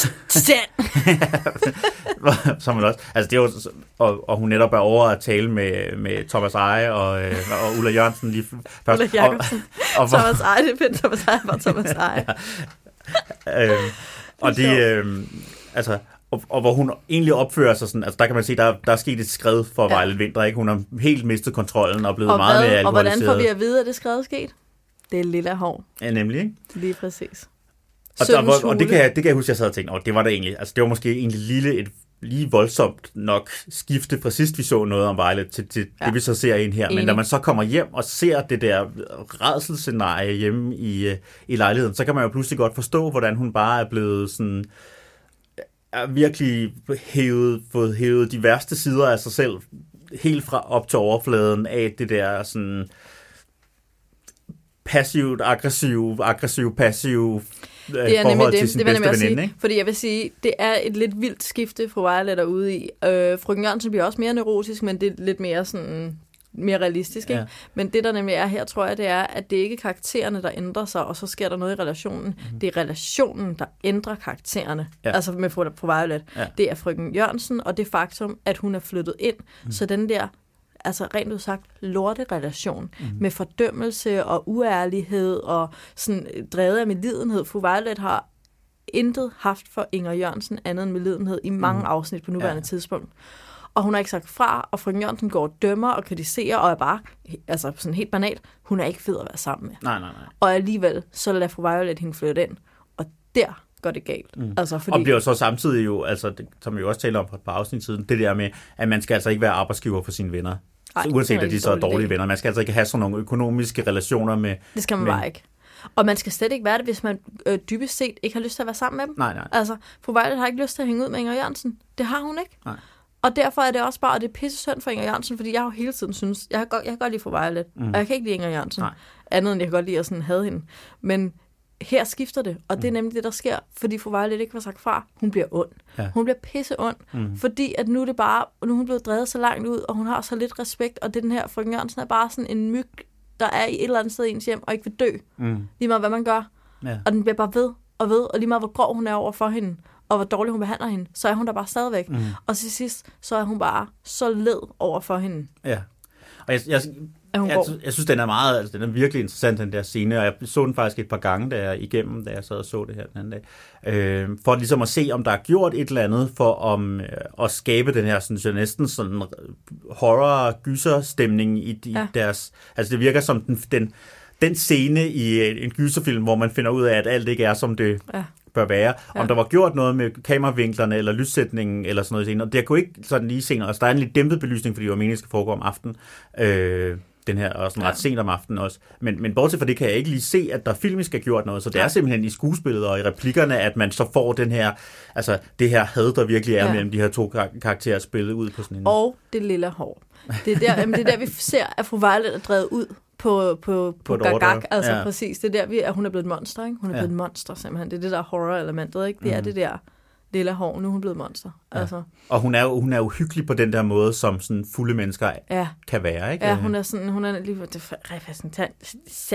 Som, som også. Altså det var og, og hun netop er over at tale med med Thomas Eje og øh, og Ulla Jørgensen lige først. Ulla Jørgensen. Og, og, Thomas Eje, det finder Thomas Eje var Thomas Eje. ja. øh, og det øh, altså Og, og hvor hun egentlig opfører sig sådan, altså der kan man se, der, der er sket et skred for ja. Violet Winter, ikke? Hun har helt mistet kontrollen og blevet og meget mere alkoholiseret. Og hvordan får vi at vide, at det skred er sket? Det er lilla hår. Ja, nemlig, ikke? Lige præcis. Og, der, og, og det, kan jeg, det kan jeg huske, jeg sad og tænkte, og det var der egentlig, altså det var måske egentlig lille, et lige voldsomt nok skifte fra sidst vi så noget om Violet til, til ja. det vi så ser ind her. Men når man så kommer hjem og ser det der rædselsscenarie hjemme i, i lejligheden, så kan man jo pludselig godt forstå, hvordan hun bare er blevet sådan... er virkelig hævet, fået hævet de værste sider af sig selv helt fra op til overfladen af det der sådan passivt, aggressiv, aggressiv, passiv det er forhold det. til sin det bedste veninde. Ikke? Fordi jeg vil sige, det er et lidt vildt skifte fra Violet derude i. Øh, frøken Jørgensen bliver også mere neurotisk, men det er lidt mere sådan... mere realistisk, ikke? Ja. Men det, der nemlig er her, tror jeg, det er, at det ikke er karaktererne, der ændrer sig, og så sker der noget i relationen. Mm-hmm. Det er relationen, der ændrer karaktererne. Ja. Altså med fru Violet. Ja. Det er frøken Jørgensen, og det faktum, at hun er flyttet ind. Mm. Så den der, altså rent udsagt, lorterelation mm-hmm. med fordømmelse og uærlighed og sådan drevet af medlidenhed. Fru Violet har intet haft for Inger Jørgensen andet end medlidenhed i mange mm. afsnit på nuværende ja. tidspunkt. Og hun har ikke sagt fra, og frøken Jørgensen går og dømmer og kritiserer, og er bare, altså sådan helt banalt, hun er ikke fed at være sammen med. Nej, nej, nej. Og alligevel, så lader fru Violet hende flytte ind, og der går det galt. Mm. Altså, fordi... Og bliver så samtidig jo, altså, det, som vi jo også talte om for et par afsnit siden, det der med, at man skal altså ikke være arbejdsgiver for sine venner. Ej, så uanset at de så er dårlige venner. Man skal altså ikke have sådan nogle økonomiske relationer med... Det skal man med... bare ikke. Og man skal slet ikke være det, hvis man øh, dybest set ikke har lyst til at være sammen med dem. Nej, nej. Altså, fru Violet har ikke lyst til at hænge ud med Inger Jørgensen. Det har hun ikke. Nej. Og derfor er det også bare, og det er pisse synd for Inger Jørgensen, fordi jeg har jo hele tiden synes, jeg kan godt, jeg kan godt lide fru Violet, mm. og jeg kan ikke lide Inger Jørgensen. Nej. Andet end jeg kan godt lide at sådan have hende. Men her skifter det, og det er nemlig det, der sker, fordi fru Violet ikke var sagt fra. Hun bliver ond. Ja. Hun bliver pisse ond, mm. fordi at nu er det bare, nu er hun blevet drevet så langt ud, og hun har så lidt respekt, og det den her frøken Jørgensen er bare sådan en myg, der er i et eller andet sted i ens hjem, og ikke vil dø. Mm. Lige meget hvad man gør. Ja. Og den bliver bare ved og ved, og lige meget hvor grov hun er over for hende, og hvor dårligt hun behandler hende, så er hun der bare stadigvæk. Mm. Og til sidst, så er hun bare så led over for hende. Ja. Og jeg, jeg, jeg, jeg, jeg synes, den er meget, altså, den er virkelig interessant, den der scene, og jeg så den faktisk et par gange, da jeg igennem, da jeg sad og så det her den anden dag, øh, for ligesom at se, om der er gjort et eller andet for om, øh, at skabe den her sådan, næsten sådan horror-gyser-stemning i de, ja. deres, altså det virker som den, den, den scene i en gyserfilm, hvor man finder ud af, at alt ikke er, som det... Ja. bør være. Ja. Om der var gjort noget med kameravinklerne eller lyssætningen eller sådan noget senere. Det kunne ikke sådan lige senere. Altså, der er en lidt dæmpet belysning, fordi det var meningen, det skal foregå om aftenen. Øh, den her, og sådan ja. ret sent om aftenen også. Men, men bortset fra det, kan jeg ikke lige se, at der filmisk er gjort noget. Så det ja. er simpelthen i skuespillet og i replikkerne, at man så får den her, altså det her had, der virkelig er ja. mellem de her to kar- karakterer spillet ud på sådan en... Og det lille hår. Det er der, jamen, det er der vi ser, at fru Violet er drevet ud på, på, på, på gagag, altså ja. præcis. Det er der, vi, at hun er blevet et monster, ikke? Hun er ja. blevet et monster, simpelthen. Det er det der horror-elementet, ikke? Det er mm. det der lille hår, nu er hun blevet et monster. Ja. Altså. Og hun er jo hun er uhyggelig på den der måde, som sådan fulde mennesker ja. kan være, ikke? Ja, hun er sådan, hun er lige det er repræsentant.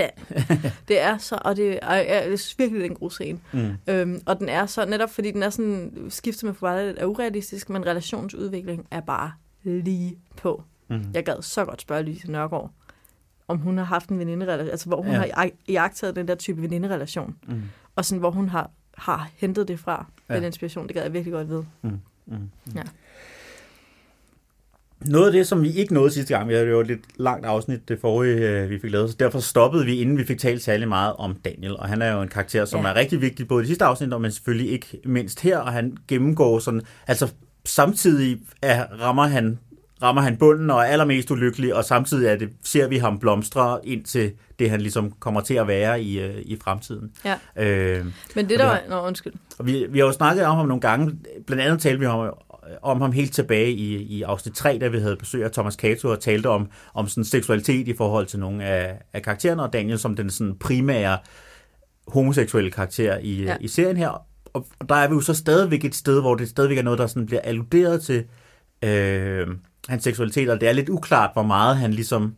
Det er så, og det er, er, det er virkelig en god scene. Mm. Øhm, og den er så, netop fordi den er sådan, skiftet med forvejlet er urealistisk, men relationsudvikling er bare lige på. Mm. Jeg gad så godt spørge Lise Nørgaard, om hun har haft en veninderelation, altså hvor hun ja. har iagttaget den der type veninderelation, mm. og sådan, hvor hun har, har hentet det fra, ja. den inspiration, det gad jeg virkelig godt vide. Mm. Mm. Mm. Ja. Noget af det, som vi ikke nåede sidste gang, vi havde jo et lidt langt afsnit, det forrige, vi fik lavet, så derfor stoppede vi, inden vi fik talt særlig meget om Daniel, og han er jo en karakter, som ja. er rigtig vigtig, både i sidste afsnit, men selvfølgelig ikke mindst her, og han gennemgår sådan, altså samtidig er, rammer han rammer han bunden og er allermest ulykkelig, og samtidig er det, ser vi ham blomstre ind til det, han ligesom kommer til at være i, i fremtiden. Ja. Øh, Men det der var... Nå, undskyld. Og vi, vi har jo snakket om ham nogle gange, blandt andet talte vi om, om ham helt tilbage i, i afsnit tre, da vi havde besøg af Thomas Cato og talte om, om sådan seksualitet i forhold til nogle af, af karaktererne, og Daniel som den sådan primære homoseksuelle karakter i, ja. i serien her. Og, og der er vi jo så stadigvæk et sted, hvor det stadigvæk er noget, der sådan bliver alluderet til øh, hans seksualitet, og det er lidt uklart, hvor meget han ligesom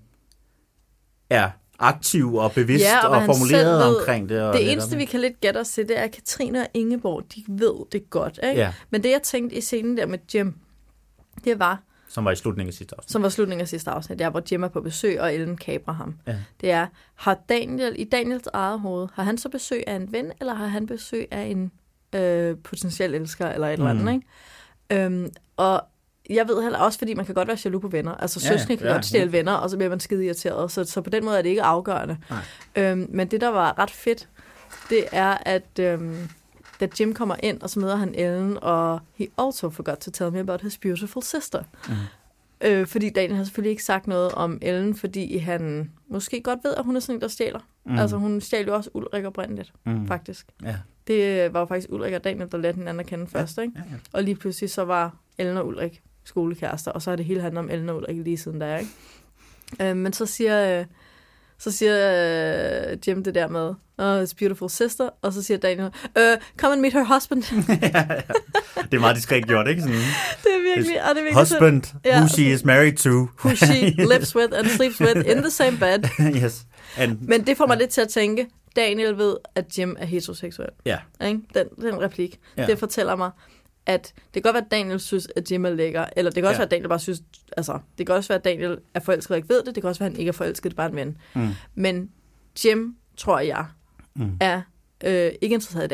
er aktiv og bevidst ja, og, og formuleret ved, omkring det. Og det eneste, vi kan lidt gætte os til, det er, at Katrine og Ingeborg, de ved det godt. Ikke? Ja. Men det, jeg tænkte i scenen der med Jim, det var... Som var i slutningen af sidste afsnit. Som var slutningen af sidste afsnit, der hvor Jim er på besøg, og Ellen kaprer ham. Ja. Det er, har Daniel, i Daniels eget hoved, har han så besøg af en ven, eller har han besøg af en øh, potentiel elsker, eller et mm. eller andet, ikke? Øhm, og jeg ved heller også, fordi man kan godt være jaloux på venner. Altså ja, søskende kan ja, godt stjæle ja. venner, og så bliver man skide irriteret. Så, så på den måde er det ikke afgørende. Øhm, men det, der var ret fedt, det er, at øhm, da Jim kommer ind, og så møder han Ellen, og he also forgot to tell me about his beautiful sister. Mm. Øh, fordi Daniel har selvfølgelig ikke sagt noget om Ellen, fordi han måske godt ved, at hun er sådan en, der stjæler. Mm. Altså hun stjal jo også Ulrik oprindeligt, mm. faktisk. Ja. Det var jo faktisk Ulrik og Daniel, der lærte hinanden at kende ja. først, ikke? Ja, ja. Og lige pludselig så var Ellen og Ulrik skolekærester, og så er det hele handlet om Ellen og Ulrik lige siden der, ikke? Øh, men så siger, øh, så siger øh, Jim det der med, oh, it's beautiful sister, og så siger Daniel, uh, come and meet her husband. ja, ja. Det er meget diskret gjort, ikke? Sådan, det er virkelig, og det er virkelig husband, sådan, ja, who she is married to. Who she lives with and sleeps with in the same bed. yes. And, men det får mig lidt til at tænke, Daniel ved, at Jim er heteroseksuel. Ja. Ikke? Den, den replik, ja. det fortæller mig, at det kan godt være, at Daniel synes, at Jim er lækker, eller det kan også ja. være, at Daniel bare synes, altså, det kan også være, at Daniel er forelsket og ikke ved det, det kan også være, at han ikke er forelsket, det er bare en ven. Mm. Men Jim, tror jeg, mm. er øh, ikke interesseret i Daniel.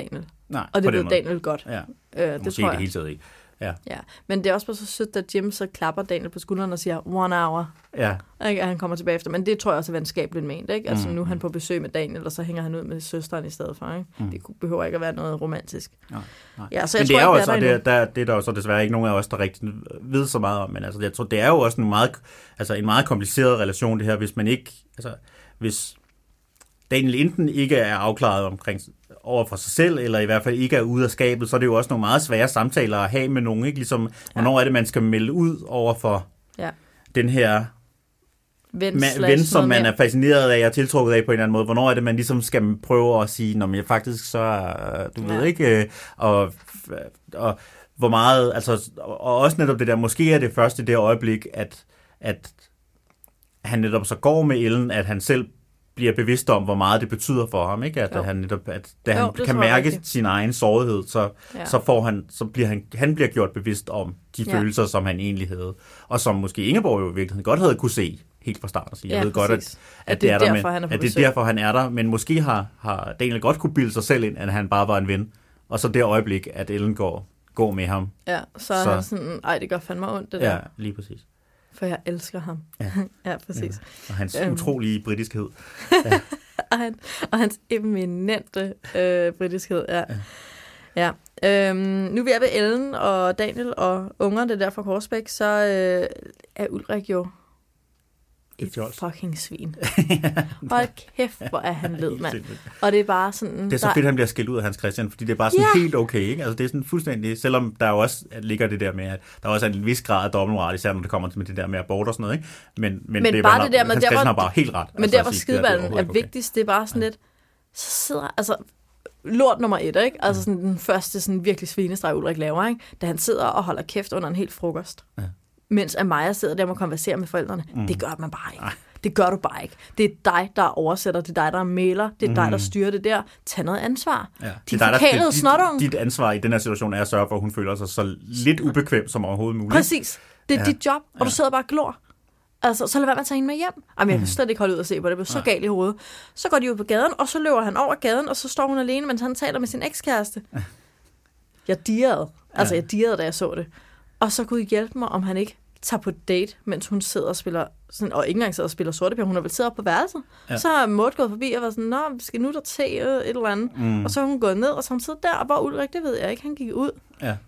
Nej, og det på den ved måde. Daniel godt. Ja. Øh, det Måske tror det jeg. hele taget ikke. Ja. Ja. Men det er også bare så sødt, at Jim så klapper Daniel på skulderen og siger, one hour. Ja. Ikke? At han kommer tilbage efter. Men det tror jeg også er venskabeligt ment. Ikke? Altså Mm. nu er han på besøg med Daniel, og så hænger han ud med søsteren i stedet for. Ikke? Mm. Det behøver ikke at være noget romantisk. Nej, nej. Ja, så jeg men tror det er jo ikke, også, det er der det, der, det er der jo så desværre ikke nogen af os, der rigtig ved så meget om, men altså, jeg tror, det er jo også en meget, altså, en meget kompliceret relation, det her, hvis man ikke, altså, hvis Daniel enten ikke er afklaret omkring over for sig selv, eller i hvert fald ikke er ude af skabet, så er det jo også nogle meget svære samtaler at have med nogen, ikke? Ligesom, ja. Hvornår er det, man skal melde ud over for ja. den her ven, ma- ven som man er fascineret af og tiltrukket af på en eller anden måde. Hvornår er det, man ligesom skal prøve at sige, når jeg faktisk så, du ja. ved ikke, og, og hvor meget, altså, og også netop det der, måske er det først i det øjeblik, at, at han netop så går med Ellen, at han selv bliver bevidst om, hvor meget det betyder for ham, ikke? At, han netop, at da han jo, kan mærke rigtigt. Sin egen sårighed, så, ja. så, får han, så bliver han, han bliver gjort bevidst om de ja. følelser, som han egentlig havde, og som måske Ingeborg jo i virkeligheden godt havde kunne se helt fra starten. Jeg ja, ved godt, at, at, at det er, derfor, der, men, at det er derfor, han er der, men måske har, har Daniel godt kunne bilde sig selv ind, at han bare var en ven, og så det øjeblik, at Ellen går, går med ham. Ja, så er så, han sådan, ej, det gør fandme ondt, det der. Ja, lige præcis. For jeg elsker ham. Ja, ja præcis. Ja. Og hans øhm. utrolige britiskhed. Ja. og, han, og hans eminente øh, britiskhed, ja. ja. ja. Øhm, nu er vi ved Ellen og Daniel og ungerne der fra Korsbæk, så øh, er Ulrik jo et fucking svin. Hold kæft, hvor er han led, mand. Og det er bare sådan... Det er så der... fedt, han bliver skilt ud af Hans Christian, fordi det er bare sådan ja. helt okay, ikke? Altså det er sådan fuldstændig, selvom der jo også ligger det der med, at der også er en vis grad af dobbeltmoral, især når det kommer til det der med abort og sådan noget, ikke? Men, men, men det er bare bare, det der med... Hans Christian har bare helt ret. Men altså, der var skideballen er, er vigtigst, det er bare sådan ja. lidt... Så sidder... Altså, lort nummer et, ikke? Altså sådan den første sådan virkelig svinestreg, Ulrik laver, ikke? Da han sidder og holder kæft under en helt frokost. Ja. Mens Amaya sidder der og konverserer med forældrene. Mm. Det gør man bare ikke. Ej. Det gør du bare ikke. Det er dig, der oversætter. Det er dig, der er mailer. Det er mm. dig, der styrer det der. Tag noget ansvar. Ja. Din forkælede snotunge. Dit ansvar i den her situation er at sørge for, at hun føler sig så lidt ubekvem som overhovedet muligt. Præcis. Det er ja. dit job, og ja. du sidder bare og glor. Altså, så lad være med at tage hende med hjem. Jamen, jeg kan slet ikke holde ud og se på det. Det bliver så galt i hovedet. Så går de ud på gaden, og så løber han over gaden, og så står hun alene, mens han taler med sin ekskæreste. Ja. Jeg dirrede. Altså, jeg dirrede, da jeg så det. Og så kunne I hjælpe mig, om han ikke tager på date, mens hun sidder og spiller, sådan, og ikke engang sidder og spiller sorteper, hun har vel siddet op på værelset. Ja. Så har Maud gået forbi og var sådan, nå, skal nu der te et eller andet. Mm. Og så har hun gået ned, og så har hun siddet der, og hvor Ulrik, det ved jeg ikke, han gik ud. Ja. Ja.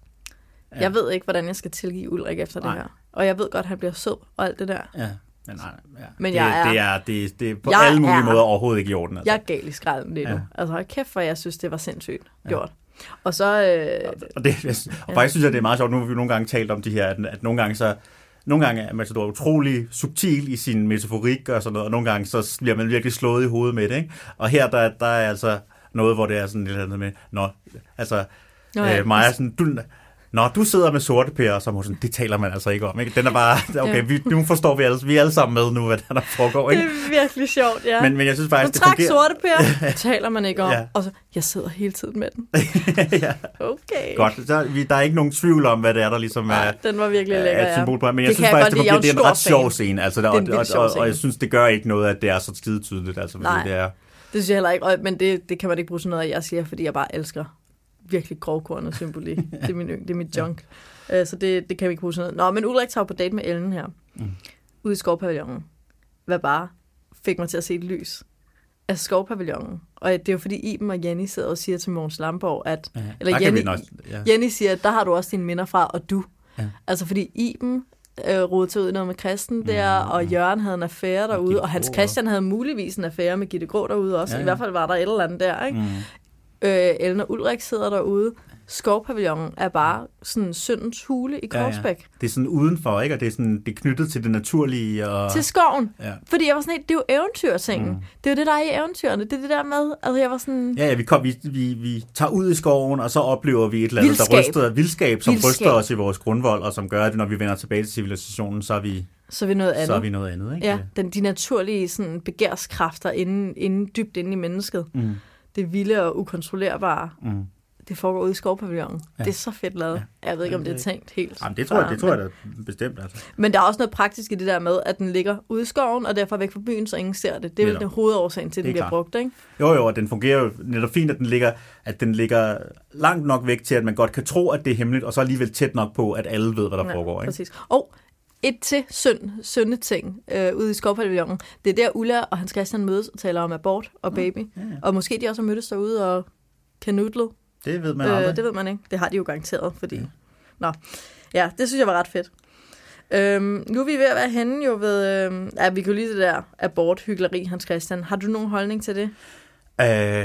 Jeg ved ikke, hvordan jeg skal tilgive Ulrik efter nej. det her. Og jeg ved godt, han bliver sød og alt det der. Ja. Men, nej, ja. Men det, jeg er, det, er, det, det er på alle mulige er, måder overhovedet ikke i orden. Altså. Jeg er gal i skralden lige nu. Ja. Altså, hold kæft, for jeg synes, det var sindssygt ja. gjort. Og så... Øh, og, det, jeg, og faktisk synes jeg, det er meget sjovt. Nu har vi nogle gange talt om de her, at, at nogle gange så... Nogle gange er Matador utrolig subtil i sin metaforik og sådan noget, og nogle gange så bliver man virkelig slået i hovedet med det, ikke? Og her, der, der er altså noget, hvor det er sådan lidt andet med, nå, altså, Nå, ja, øh, Maja sådan, du... Nå, du sidder med sortepærer, og så må sådan, det taler man altså ikke om, ikke? Den er bare, okay, vi, nu forstår vi alle, vi er alle sammen med nu, hvad der foregår, ikke? Det er virkelig sjovt, ja. Men, men jeg synes faktisk, det fungerer. Sortepærer, taler man ikke om, ja. Og så, jeg sidder hele tiden med den. ja. Okay. Godt, så, vi, der er ikke nogen tvivl om, hvad det er, der ligesom er, den var virkelig lækker, er et symbol på, ja. Men jeg det synes faktisk, det, det er en ret sjov scene, altså, der, og, og, og, og jeg synes, det gør ikke noget, at det er så skide tydeligt, altså, nej, det er... det synes jeg heller ikke, men det, det kan man ikke bruge sådan noget af, jeg siger, fordi jeg bare elsker virkelig grovkornet symboli. Det er, min, det er mit junk. Ja. Så det, det kan vi ikke bruge sådan noget. Nå, men Ulrik tager på date med Ellen her. Mm. Ude i skovpavillonen. Hvad bare fik mig til at se et lys af skovpavillonen. Og det er jo fordi Iben og Jenny sidder og siger til Mogens Lamborg, at... Ja. Eller Jenny, nok, ja. Jenny siger, at der har du også dine minder fra, og du. Ja. Altså fordi Iben øh, rodede til ud i noget med Kristen der, mm. og Jørgen havde en affære derude, og, og Hans Christian havde muligvis en affære med Gitte Grå derude også. Ja, ja. I hvert fald var der et eller andet der, ikke? Mm. Øh, Ellen og Ulrik sidder derude. Skovpavillonen er bare sådan syndens hule i Korsbæk. Ja, ja. Det er sådan udenfor, ikke? Og det er, sådan, det er knyttet til det naturlige. Og... Til skoven. Ja. Fordi jeg var sådan, det er jo eventyrtingen. Mm. Det er jo det, der er i eventyrene. Det er det der med, altså jeg var sådan... Ja, ja, vi, kom, vi, vi, vi tager ud i skoven, og så oplever vi et eller andet, vildskab. der ryster, vildskab, som vildskab. ryster os i vores grundvold, og som gør, at når vi vender tilbage til civilisationen, så er vi... Så er vi noget andet. Så er vi noget andet, ikke? Ja, den, de naturlige sådan, begærskræfter inden, inden, dybt inde i mennesket. Mm. Det vilde og ukontrollerbare. Mm. det foregår ude i skovpavillonen. Ja. Det er så fedt lavet. Ja. Jeg ved ikke, om det er tænkt helt. Jamen, det tror jeg, det tror jeg da bestemt. Altså. Men der er også noget praktisk i det der med, at den ligger ude i skoven, og derfor væk fra byen, så ingen ser det. Det er jo den hovedårsagen til, at den bliver brugt, ikke? Jo, jo, og den fungerer jo netop fint, at den, ligger, at den ligger langt nok væk til, at man godt kan tro, at det er hemmeligt, og så alligevel tæt nok på, at alle ved, hvad der ja, foregår. Ikke? Præcis. Og et til synd, syndeting øh, ude i skovpavillonen. Det er der, Ulla og Hans Christian mødes og taler om abort og baby. Ja, ja. Og måske de også har mødtes derude og kanudlet. Det ved man aldrig. Øh, det ved man ikke. Det har de jo garanteret, fordi... Ja. Nå, ja, det synes jeg var ret fedt. Øhm, nu er vi ved at være henne jo ved... Øh, ja, vi kan jo lide det der abort-hyggeleri, Hans Christian. Har du nogen holdning til det? Øh,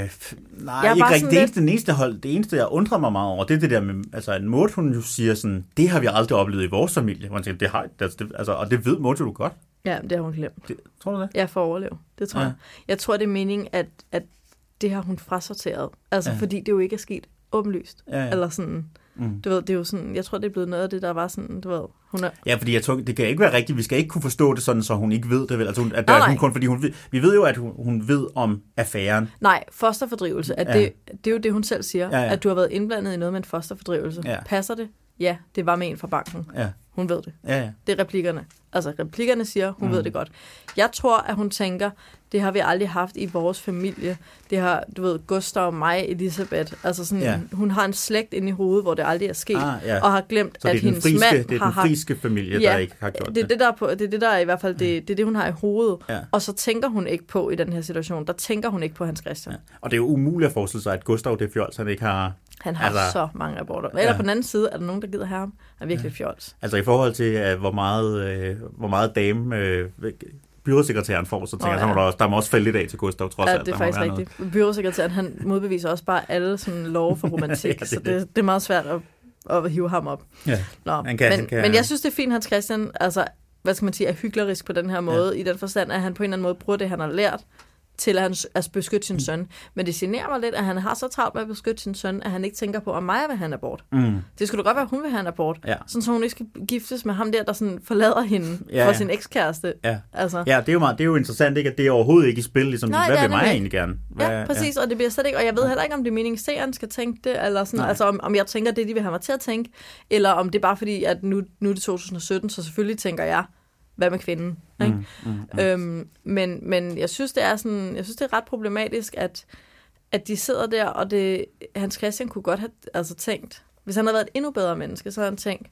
nej, ikke rigtig. Det eneste, det, eneste hold, det eneste, jeg undrer mig meget over, det er det der med, altså en Maud, hun jo siger sådan, det har vi aldrig oplevet i vores familie. Hun tænker, det har, det, altså, og det ved Maud jo godt. Ja, det har hun glemt. Det, tror du det? Ja, for at overleve. Det tror ja. jeg. Jeg tror, det er meningen, at, at det har hun frasorteret. Altså, ja. fordi det jo ikke er sket åbenlyst. Ja, ja. Eller sådan... Mm. Du ved, det er jo sådan, jeg tror, det er blevet noget af det, der var sådan, du ved, hun er... Ja, fordi jeg tror, det kan ikke være rigtigt, vi skal ikke kunne forstå det sådan, så hun ikke ved det, vel? Altså, hun, at nej, nej. Hun kun, fordi hun, vi ved jo, at hun, hun ved om affæren. Nej, fosterfordrivelse, at ja. det, det er jo det, hun selv siger, ja, ja. at du har været indblandet i noget med en fosterfordrivelse. Ja. Passer det? Ja, det var med en fra banken. Ja. Hun ved det. Ja, ja. Det er replikkerne. Altså, replikkerne siger, hun mm. ved det godt. Jeg tror, at hun tænker, det har vi aldrig haft i vores familie. Det har, du ved, Gustav og mig, Elisabeth. Altså sådan, ja. hun har en slægt inde i hovedet, hvor det aldrig er sket. Ah, ja. Og har glemt, så at hendes friske, mand det er har den friske familie, ja, der ikke har gjort det. Det er det, der, på, det, er det der i hvert fald, det, det er det, hun har i hovedet. Ja. Og så tænker hun ikke på, i den her situation, der tænker hun ikke på Hans Christian. Ja. Og det er jo umuligt at forestille sig, at Gustav, det er fjols, han ikke har... Han har altså, så mange aborter. Eller ja. på den anden side, er der nogen, der gider have ham? Han er virkelig ja. fjols. Altså i forhold til, uh, hvor meget, uh, hvor meget dame uh, byrådssekretæren får, så tænker oh, ja. jeg, der, også, der må også falde lidt af til Gustav, trods ja, alt. det er faktisk rigtigt. Noget. Byrådssekretæren, han modbeviser også bare alle sådan love for romantik, ja, det, så det, det er meget svært at, at hive ham op. Ja. Nå, kan, men, kan, men jeg synes, det er fint, Hans Christian, altså, hvad skal man sige, er hyklerisk på den her måde, ja. i den forstand, at han på en eller anden måde bruger det, han har lært, til at, at beskytte sin søn. Men det generer mig lidt, at han har så travlt med at beskytte sin søn, at han ikke tænker på, om Maja vil have en abort. Mm. Det skulle da godt være, at hun vil have en abort. Ja. Sådan, så hun ikke skal giftes med ham der, der sådan forlader hende ja, for ja. sin ekskæreste. Ja, altså. ja det, er jo meget, det er jo interessant, ikke, at det er overhovedet ikke i spil. Ligesom, nej, hvad vil Maja egentlig gerne? Hvad, ja, præcis, ja. og det bliver slet ikke. Og jeg ved heller ikke, om det er meningen, at seeren skal tænke det, eller sådan, altså om, om jeg tænker det, de vil have mig til at tænke, eller om det er bare fordi, at nu, nu er det to tusind og sytten, så selvfølgelig tænker jeg, hvad med kvinden? Ikke? Mm, mm, mm. Øhm, men, men jeg synes, det er sådan, jeg synes, det er ret problematisk, at, at de sidder der, og det, Hans Christian kunne godt have altså, tænkt, hvis han havde været et endnu bedre menneske, så havde han tænkt,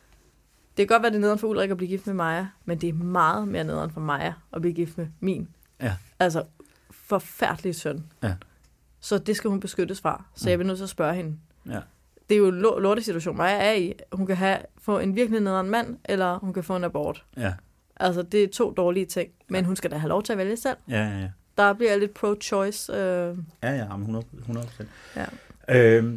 det kan godt være, det er nederen for Ulrik at blive gift med Maja, men det er meget mere nederen for Maja at blive gift med min. Ja. Altså, forfærdelig søn. Ja. Så det skal hun beskyttes fra. Så jeg vil nødt til at spørge hende. Ja. Det er jo en lortesituation, Maja er i. Hun kan have, få en virkelig nederen mand, eller hun kan få en abort. Ja. Altså, det er to dårlige ting. Men ja. hun skal da have lov til at vælge selv. Ja, ja, ja. Der bliver lidt pro-choice. Øh... Ja, ja, hundrede procent. Ja. Øhm,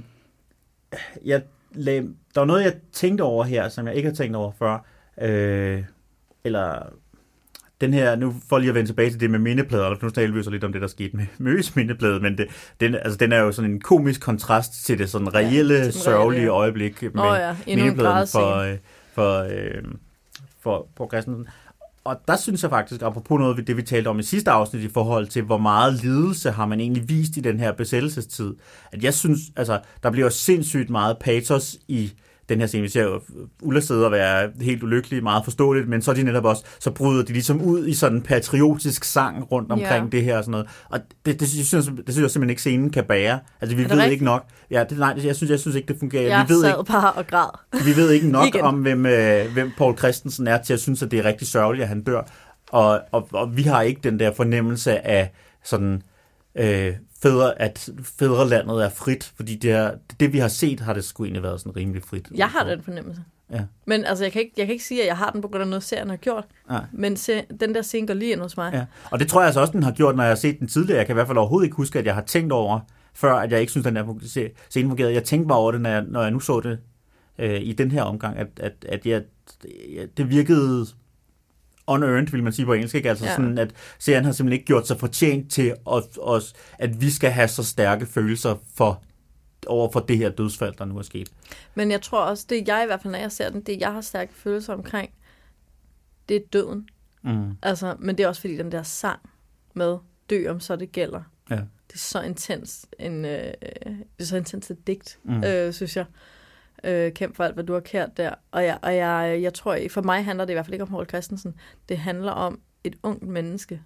jeg lag... Der var noget, jeg tænkte over her, som jeg ikke har tænkt over før. Øh, eller... Den her, nu får jeg lige at vende tilbage til det med mindeplader, for nu taler vi så lidt om det, der skete med Møs mindeplade, men det, den, altså, den er jo sådan en komisk kontrast til det sådan reelle, ja, sørgelige reelle. øjeblik med oh, ja. mindepladen for, øh, for, øh, for, for Christensen. Og der synes jeg faktisk, apropos noget af det, vi talte om i sidste afsnit, i forhold til, hvor meget lidelse har man egentlig vist i den her besættelsestid, at jeg synes, altså, der bliver sindssygt meget patos i den her scene. Vi ser jo Ulla sidder og være helt ulykkelig, meget forståeligt, men så er de netop også, så bryder de ligesom ud i sådan en patriotisk sang rundt omkring yeah. det her og sådan noget. Og det, det, synes, jeg, det synes jeg simpelthen ikke scenen kan bære. Altså vi ved rigtigt? ikke nok. Ja, det, nej, jeg synes, jeg synes ikke, det fungerer. Jeg vi ved sad ikke, bare og græd. Vi ved ikke nok om, hvem, øh, hvem Poul Christensen er, til at synes, at det er rigtig sørgeligt, at han dør. Og, og, og vi har ikke den der fornemmelse af sådan... Øh, Fædre, at fædrelandet er frit, fordi det, er, det, vi har set, har det sgu egentlig været sådan rimelig frit. Jeg har den fornemmelse. Ja. Men altså, jeg kan, ikke, jeg kan ikke sige, at jeg har den på grund af noget, serien har gjort. Ja. Men se, den der scene går lige ind hos mig. Ja. Og det tror jeg altså også, den har gjort, når jeg har set den tidligere. Jeg kan i hvert fald overhovedet ikke huske, at jeg har tænkt over, før at jeg ikke synes, at den der scene fungerede. Jeg tænkte bare over det, når jeg, når jeg nu så det øh, i den her omgang, at, at, at jeg, det virkede... unearned, vil man sige på engelsk, ikke? Altså ja. sådan, at serien har simpelthen ikke gjort sig fortjent til, at, at, at vi skal have så stærke følelser for, over for det her dødsfald, der nu er sket. Men jeg tror også, det jeg i hvert fald, når jeg ser den, det jeg har stærke følelser omkring, det er døden. Mm. Altså, men det er også fordi, den der sang med dø om så det gælder. Ja. Det det er så intens en, øh, det er så intens et digt, Mm. øh, synes jeg. Øh, kæmpe for alt, hvad du har kært der. Og, jeg, og jeg, jeg tror, for mig handler det i hvert fald ikke om Poul Christensen. Det handler om et ungt menneske,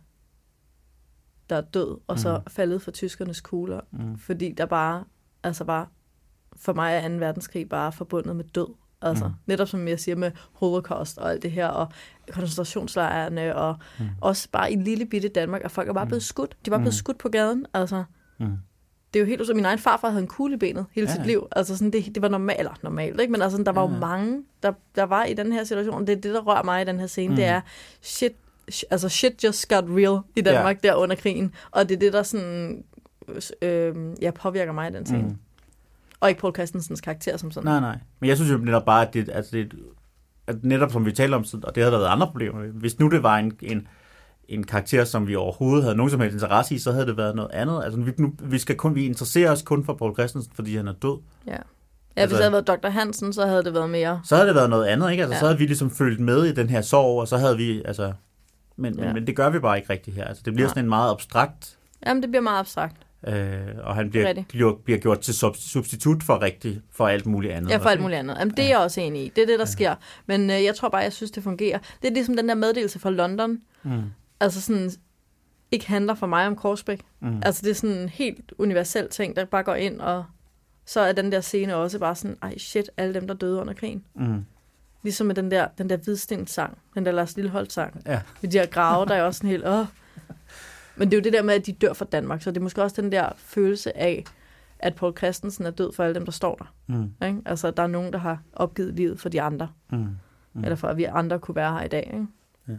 der er død, og så Mm. faldet for tyskernes kugler. Mm. Fordi der bare, altså bare, for mig er anden verdenskrig bare forbundet med død. Altså, Mm. netop som jeg siger med Holocaust og alt det her, og koncentrationslejrene, og Mm. også bare i lille bitte Danmark, og folk er bare blevet skudt. De var blevet Mm. skudt på gaden, altså. Mm. Det er jo helt så min egen farfar havde en kugle i benet hele Ja, sit ja. liv. Altså sådan, det, det var normalt, eller normalt, ikke? Men altså, der var Ja, jo ja. mange, der, der var i den her situation. Det er det, der rører mig i den her scene. Mm. Det er, shit, sh- altså shit just got real i Danmark der under krigen. Og det er det, der sådan, øh, ja, påvirker mig i den scene. Mm. Og ikke Poul Christensens karakter som sådan. Nej, nej. Men jeg synes jo netop bare, at det, altså det at netop som vi talte om, og det havde der været andre problemer med. Hvis nu det var en, en, en karakter, som vi overhovedet havde nogen som helst interesse i, så havde det været noget andet. Altså vi, nu, vi skal kun, vi interesserer os kun for Poul Christensen, fordi han er død. Ja. Ja, hvis Altså- det havde været doktor Hansen, så havde det været mere... Så havde det været noget andet, ikke? Altså Ja. så havde vi ligesom følt med i den her sorg, og så havde vi, altså... Men, Ja. men, men det gør vi bare ikke rigtigt her. Altså det bliver Nej. sådan en meget abstrakt, Jamen, det bliver meget abstrakt. øh, og han bliver, Rigtigt. gjort, bliver gjort til sub- substitut for rigtig, for alt muligt andet. Ja, for også, alt ikke? muligt andet. Jamen, det er jeg også enig i. Det er det, der sker. Men øh, jeg tror bare, jeg synes, det fungerer. Det er ligesom den der meddelelse fra London. Mm. Altså sådan, ikke handler for mig om Korsbæk. Mm. Altså det er sådan en helt universel ting, der bare går ind, og så er den der scene også bare sådan, ej shit, alle dem, der døde under krigen. Mm. Ligesom med den der, den der Hvidsten-sang, den der Lars Lilleholdt-sang. Ja. Ved de her grave, der er også sådan helt, åh. Men det er jo det der med, at de dør for Danmark, så det er måske også den der følelse af, at Poul Christensen er død for alle dem, der står der. Mm. Ikke? Altså, der er nogen, der har opgivet livet for de andre. Mm. Mm. Eller for, at vi andre kunne være her i dag. Ikke? Ja.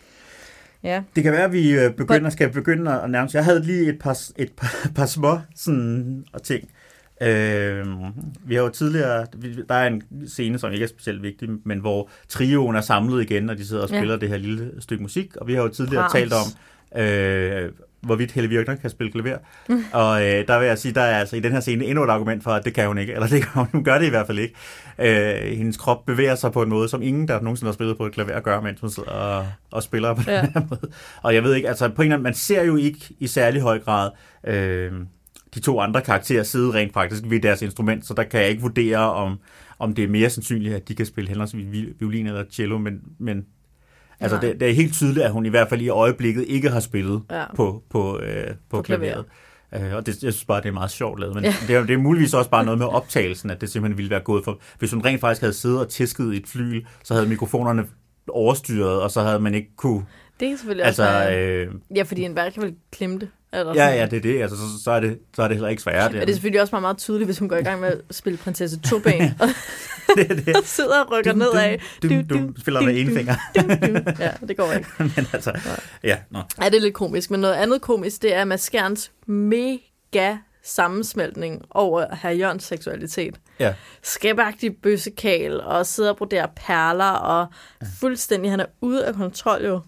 Ja. Det kan være, at vi øh, begynder, skal begynde at nærme. Jeg havde lige et par, et par, par små sådan, og ting. Øh, vi har jo tidligere, der er en scene, som ikke er specielt vigtig, men hvor trioen er samlet igen, og de sidder og spiller ja. det her lille stykke musik, og vi har jo tidligere Brahms. talt om, øh, hvorvidt Helle Virkner kan spille klaver. Mm. Og øh, der vil jeg sige, der er altså i den her scene endnu et argument for, at det kan hun ikke, eller det kan hun, hun gør det i hvert fald ikke. Øh, hendes krop bevæger sig på en måde, som ingen, der nogensinde har spillet på et klaver, gør, mens hun sidder og, og spiller på ja. den her måde. Og jeg ved ikke, altså på en eller anden, man ser jo ikke i særlig høj grad øh, de to andre karakterer sidde rent faktisk ved deres instrument, så der kan jeg ikke vurdere, om, om det er mere sandsynligt, at de kan spille henholdsvis violin eller cello, men, men altså det, det er helt tydeligt, at hun i hvert fald i øjeblikket ikke har spillet ja. på, på, øh, på, på klaveret. Uh, og det, jeg synes bare, det er meget sjovt lavet. Men ja. det, er, det er muligvis også bare noget med optagelsen, at det simpelthen ville være gået for... Hvis hun rent faktisk havde siddet og tisket i et flyl, så havde mikrofonerne overstyret, og så havde man ikke kunne... Det er selvfølgelig altså, også... Øh, ja, fordi en værk kan vel klemme det. Ja, ja, det er det. Altså, så, så, er det, så er det heller ikke svært. Ja, det er selvfølgelig også meget, meget tydeligt, hvis hun går i gang med at spille prinsesse Toben. det er det. Og sidder og rykker nedad. Du, du, du, du spiller med en finger. Ja, det går ikke. Men altså, ja. Nå. Ja, det er lidt komisk. Men noget andet komisk, det er Mads Skjerns mega sammensmeltning over herr Jørgens seksualitet. Ja. Skæbagtig bøssekal, og sidder og broderer perler, og ja. fuldstændig, han er ude af kontrol jo.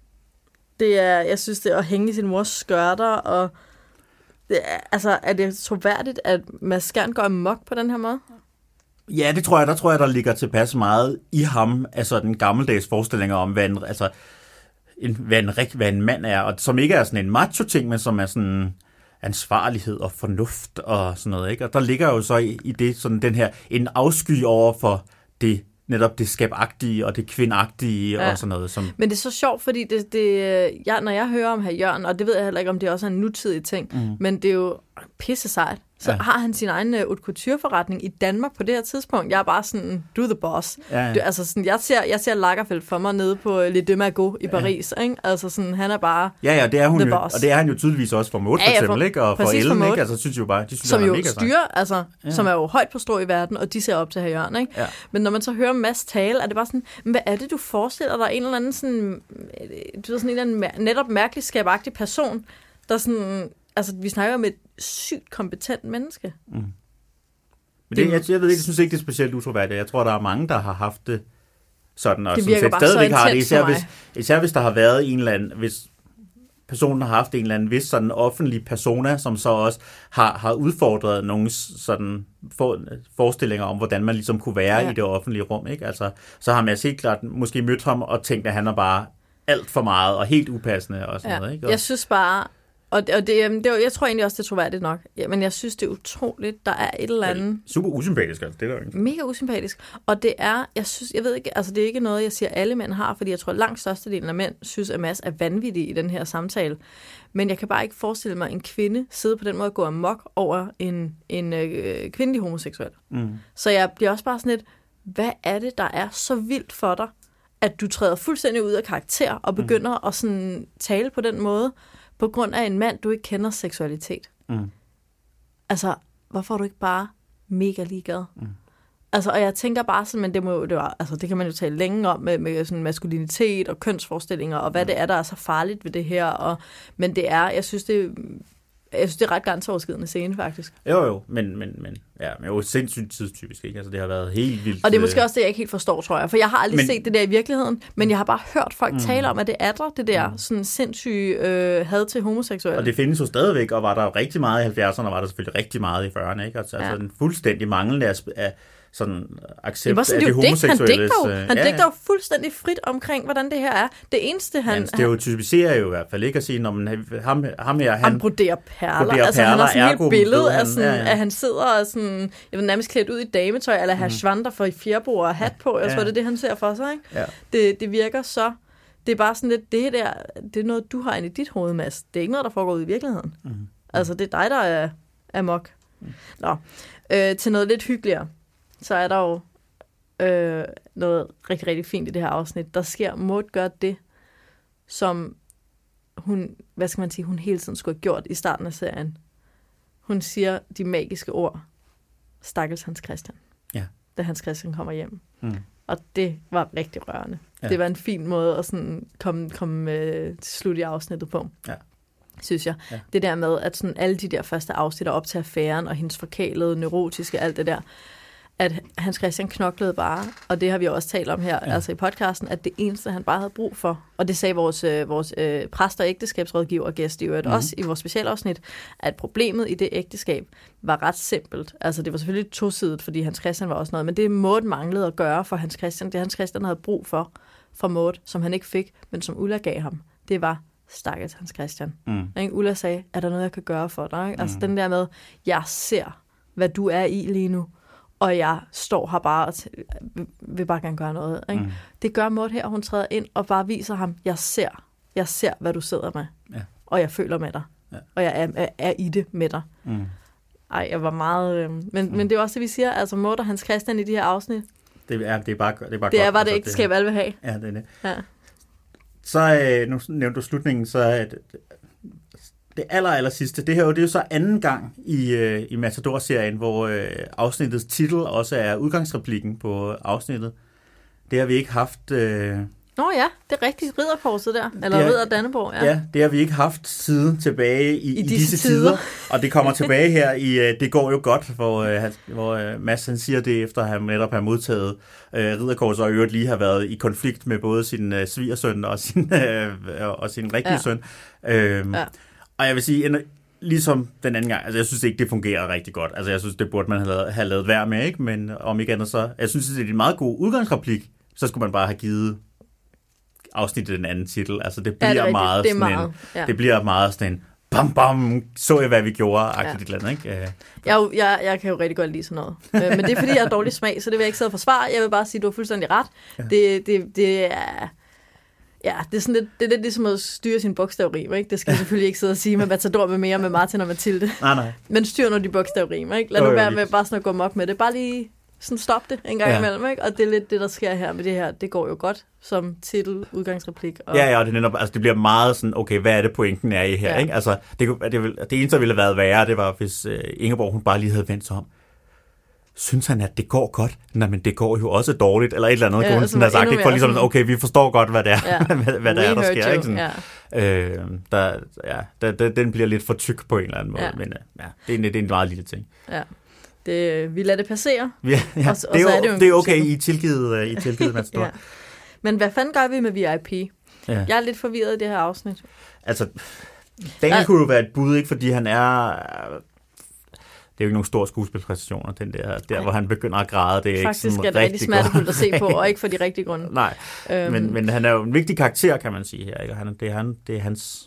Det er, jeg synes, det er at hænge i sin mors skørter, og det er, altså, er det troværdigt, at Mads Skjern går amok på den her måde? Ja, det tror jeg, der tror jeg, der ligger tilpas meget i ham, altså den gammeldags forestillinger om, hvad en, altså, en, hvad, en, hvad en mand er, og som ikke er sådan en macho-ting, men som er sådan ansvarlighed og fornuft og sådan noget, ikke? Og der ligger jo så i, i det sådan den her, en afsky over for det, netop det skabagtige og det kvindagtige ja. og sådan noget. Som... Men det er så sjovt, fordi det, det, jeg, når jeg hører om herr Jørgen, og det ved jeg heller ikke, om det også er en nutidig ting, mm. men det er jo pisse sejt. Så ja. har han sin egen uh, haute couture-forretning i Danmark på det her tidspunkt. Jeg er bare sådan, do the boss. Ja, ja. Du, altså sådan, jeg ser, jeg ser Lagerfeld for mig nede på Le Deux Magots i Paris. Ja. Ikke? Altså sådan, han er bare ja, ja, det er hun the jo, boss. og det er han jo tydeligvis også for Maud, ja, ja, for eksempel, ikke? Og for Ellen, ikke? Altså, synes jo bare, de synes, som jo mega styrer, altså, ja. som er jo højt på strå i verden, og de ser op til herr Jørgen, ikke? Ja. Men når man så hører Mads tale, er det bare sådan, hvad er det, du forestiller dig? En eller anden sådan, du ved, sådan en eller anden netop mærkelig skabagtig person, der sådan, altså, vi snakker om et sygt kompetent menneske. Mm. Men det, jeg, jeg ved ikke, jeg synes ikke, det er specielt utroværdigt. Jeg tror, der er mange, der har haft det sådan, og det som set stadigvæk har det. Især hvis, især hvis der har været en eller anden, hvis personen har haft en eller anden vis sådan offentlig persona, som så også har, har udfordret nogle sådan for, forestillinger om, hvordan man ligesom kunne være ja. i det offentlige rum. Ikke? Altså, så har man helt klart måske mødt ham og tænkt, at han er bare alt for meget og helt upassende og sådan ja. noget. Ikke? Og, jeg synes bare, Og, det, og det, det, jeg tror egentlig også, det er troværdigt nok. Ja, men jeg synes, det er utroligt. Der er et eller andet... Ja, super usympatisk, altså. Det er der ikke. Mega usympatisk. Og det er, jeg synes, jeg ved ikke, altså det er ikke noget, jeg siger, alle mænd har, fordi jeg tror, langt størstedelen af mænd synes, at Mads er vanvittig i den her samtale. Men jeg kan bare ikke forestille mig en kvinde sidde på den måde og gå amok over en, en øh, kvindelig homoseksuel. Mm. Så jeg bliver også bare sådan lidt, hvad er det, der er så vildt for dig, at du træder fuldstændig ud af karakter og begynder mm. at sådan tale på den måde, på grund af en mand, du ikke kender seksualitet. Mm. Altså, hvorfor er du ikke bare mega ligeglad? Mm. Altså, og jeg tænker bare sådan, men det, må, det, var, altså, det kan man jo tale længe om, med, med sådan maskulinitet og kønsforestillinger, og hvad mm. det er, der er så farligt ved det her. Og, men det er, jeg synes, det Jeg synes, det er ret grænseoverskridende scene, faktisk. Jo, jo, men, men, men, ja, men jo sindssygt tidstypisk, ikke? Altså, det har været helt vildt. Og det er måske også det, jeg ikke helt forstår, tror jeg. For jeg har aldrig men, set det der i virkeligheden, men jeg har bare hørt folk mm, tale om, at det er der, det der mm. sådan sindssyge øh, had til homoseksuelle. Og det findes jo stadigvæk, og var der rigtig meget i halvfjerdserne, og var der selvfølgelig rigtig meget i fyrrerne, ikke? Altså, ja. altså en fuldstændig manglende af sådan accept det sådan, af det homoseksuelle. Han digter jo, han ja, digter jo fuldstændig frit omkring, hvordan det her er. Det eneste, han... Han stereotypiserer jo i hvert fald, ikke? At sige, når man, ham, ham her, han... Han broderer perler. Broderer altså, perler, han har sådan et billede af, sådan, ja, ja. at han sidder og sådan... Jeg ved nærmest klædt ud i dametøj, eller har mm. schwander for i fjerbord og hat på. Jeg tror, ja. det er det, han ser for sig, ikke? Ja. Det, det virker så... Det er bare sådan lidt, det der... Det er noget, du har inde i dit hoved, Mads. Det er ikke noget, der foregår ude i virkeligheden. Mm. Altså, det er dig, der er, er mok. Mm. Nå. Øh, til noget lidt hyggeligere. Så er der jo Øh, noget rigtig, rigtig fint i det her afsnit. Der sker, Maud gør det, som hun, hvad skal man sige, hun hele tiden skulle have gjort i starten af serien. Hun siger de magiske ord, stakkels Hans Christian, ja. da Hans Christian kommer hjem. Mm. Og det var rigtig rørende. Ja. Det var en fin måde at sådan komme, komme øh, til slut i afsnittet på. Ja. Synes jeg. Ja. Det der med, at sådan alle de der første afsnit op til affæren, og hendes forkælede, neurotiske, alt det der, at Hans Christian knoklede bare, og det har vi også talt om her, ja. altså i podcasten, at det eneste, han bare havde brug for, og det sagde vores, øh, vores øh, præst- og ægteskabsrådgiver og gæst i øvrigt mm-hmm. også i vores specialafsnit, at problemet i det ægteskab var ret simpelt. Altså det var selvfølgelig tosidigt, fordi Hans Christian var også noget, men det Maud manglede at gøre for Hans Christian, det Hans Christian havde brug for, for Maud, som han ikke fik, men som Ulla gav ham, det var stakkels Hans Christian. Mm. Ikke? Ulla sagde, er der noget, jeg kan gøre for dig? Ikke? Mm. Altså den der med, jeg ser, hvad du er i lige nu, og jeg står her bare og t- vil bare gerne gøre noget. Ikke? Mm. Det gør Maud her, hun træder ind og bare viser ham, jeg ser, jeg ser, hvad du sidder med. Ja. Og jeg føler med dig. Ja. Og jeg er, er, er i det med dig. Mm. Ej, jeg var meget... Øh, men, mm. men det er også det, vi siger. Altså Maud og Hans Christian i de her afsnit. Det er, det er bare, det er bare det godt. Er bare det ægteskab, altså, alle vil have. Ja, det er det. Ja. Så øh, nu nævnte du slutningen, så at det aller, aller sidste, det her det er jo så anden gang i, øh, i Matador-serien, hvor øh, afsnittets titel også er udgangsreplikken på afsnittet. Det har vi ikke haft... Øh, Nå ja, det er rigtigt ridderkorset der, eller er, Ridder Danneborg. Ja. ja, det har vi ikke haft siden tilbage i, I, i disse, disse tider. tider. Og det kommer tilbage her i øh, Det går jo godt, hvor, øh, hvor øh, Mads han siger det, efter at han netop har modtaget øh, ridderkorset, og i øvrigt lige har været i konflikt med både sin øh, svigersøn og sin, øh, og sin rigtige ja. søn. Øh, ja. Og jeg vil sige, ligesom den anden gang, altså jeg synes ikke, det fungerer rigtig godt. Altså jeg synes, det burde man have lavet, have lavet værd med, ikke? Men om ikke andet så, jeg synes, det er en meget god udgangsreplik, så skulle man bare have givet afsnittet den anden titel. Altså det bliver ja, det meget det sådan meget, en, ja. det bliver meget sådan en, bam bam, så jeg, hvad vi gjorde, agtigt ja. et eller andet, ikke? Jeg, jeg, jeg kan jo rigtig godt lide sådan noget. Men det er, fordi jeg har dårlig smag, så det vil jeg ikke sidde og forsvare. Jeg vil bare sige, at du har fuldstændig ret. Ja. Det, det, det er... Ja, det er sådan lidt, det er lidt ligesom at styre sin bogstavrim, ikke? Det skal jeg selvfølgelig ikke sidde og sige med Matador med mere med Martin og Mathilde. Nej, nej. Men styr nu de bogstavrim, ikke? Lad nu være med bare sådan at gå mok med det. Bare lige sådan stop det en gang ja. imellem, ikke? Og det er lidt det, der sker her med det her. Det går jo godt som titel, udgangsreplik. Og... Ja, ja, og det, netop, altså, det bliver meget sådan, okay, hvad er det pointen er i her, ja. ikke? Altså, det, det, det eneste, der ville have været værre, det var, hvis uh, Ingeborg, hun bare lige havde vendt sig om. Synes han, at det går godt? Nej, men det går jo også dårligt, eller et eller andet, ja, hun sådan har sagt, ikke? For ligesom, okay, vi forstår godt, hvad det er, ja. hvad, hvad der er, der sker, ikke? Sådan, ja. øh, der, ja, der, der, den bliver lidt for tyk på en eller anden måde, ja. men ja, det er, en, det er en meget lille ting. Ja. Det, vi lader det passere. Ja, ja. Og, og det, er jo, så er det, jo det er okay i tilgivet, i tilgivet Matador. Ja. Men hvad fanden gør vi med V I P? Ja. Jeg er lidt forvirret i det her afsnit. Altså, Daniel ja. kunne jo være et bud, ikke? Fordi han er... Det er jo ikke nogen stor skuespilpræstationer, den der, der hvor han begynder at græde. Det er faktisk ikke sådan er det rigtig smertefuldt at se på, og ikke for de rigtige grunde. Nej, øhm. men, men han er jo en vigtig karakter, kan man sige her. Ikke? Han, det, er han, det er hans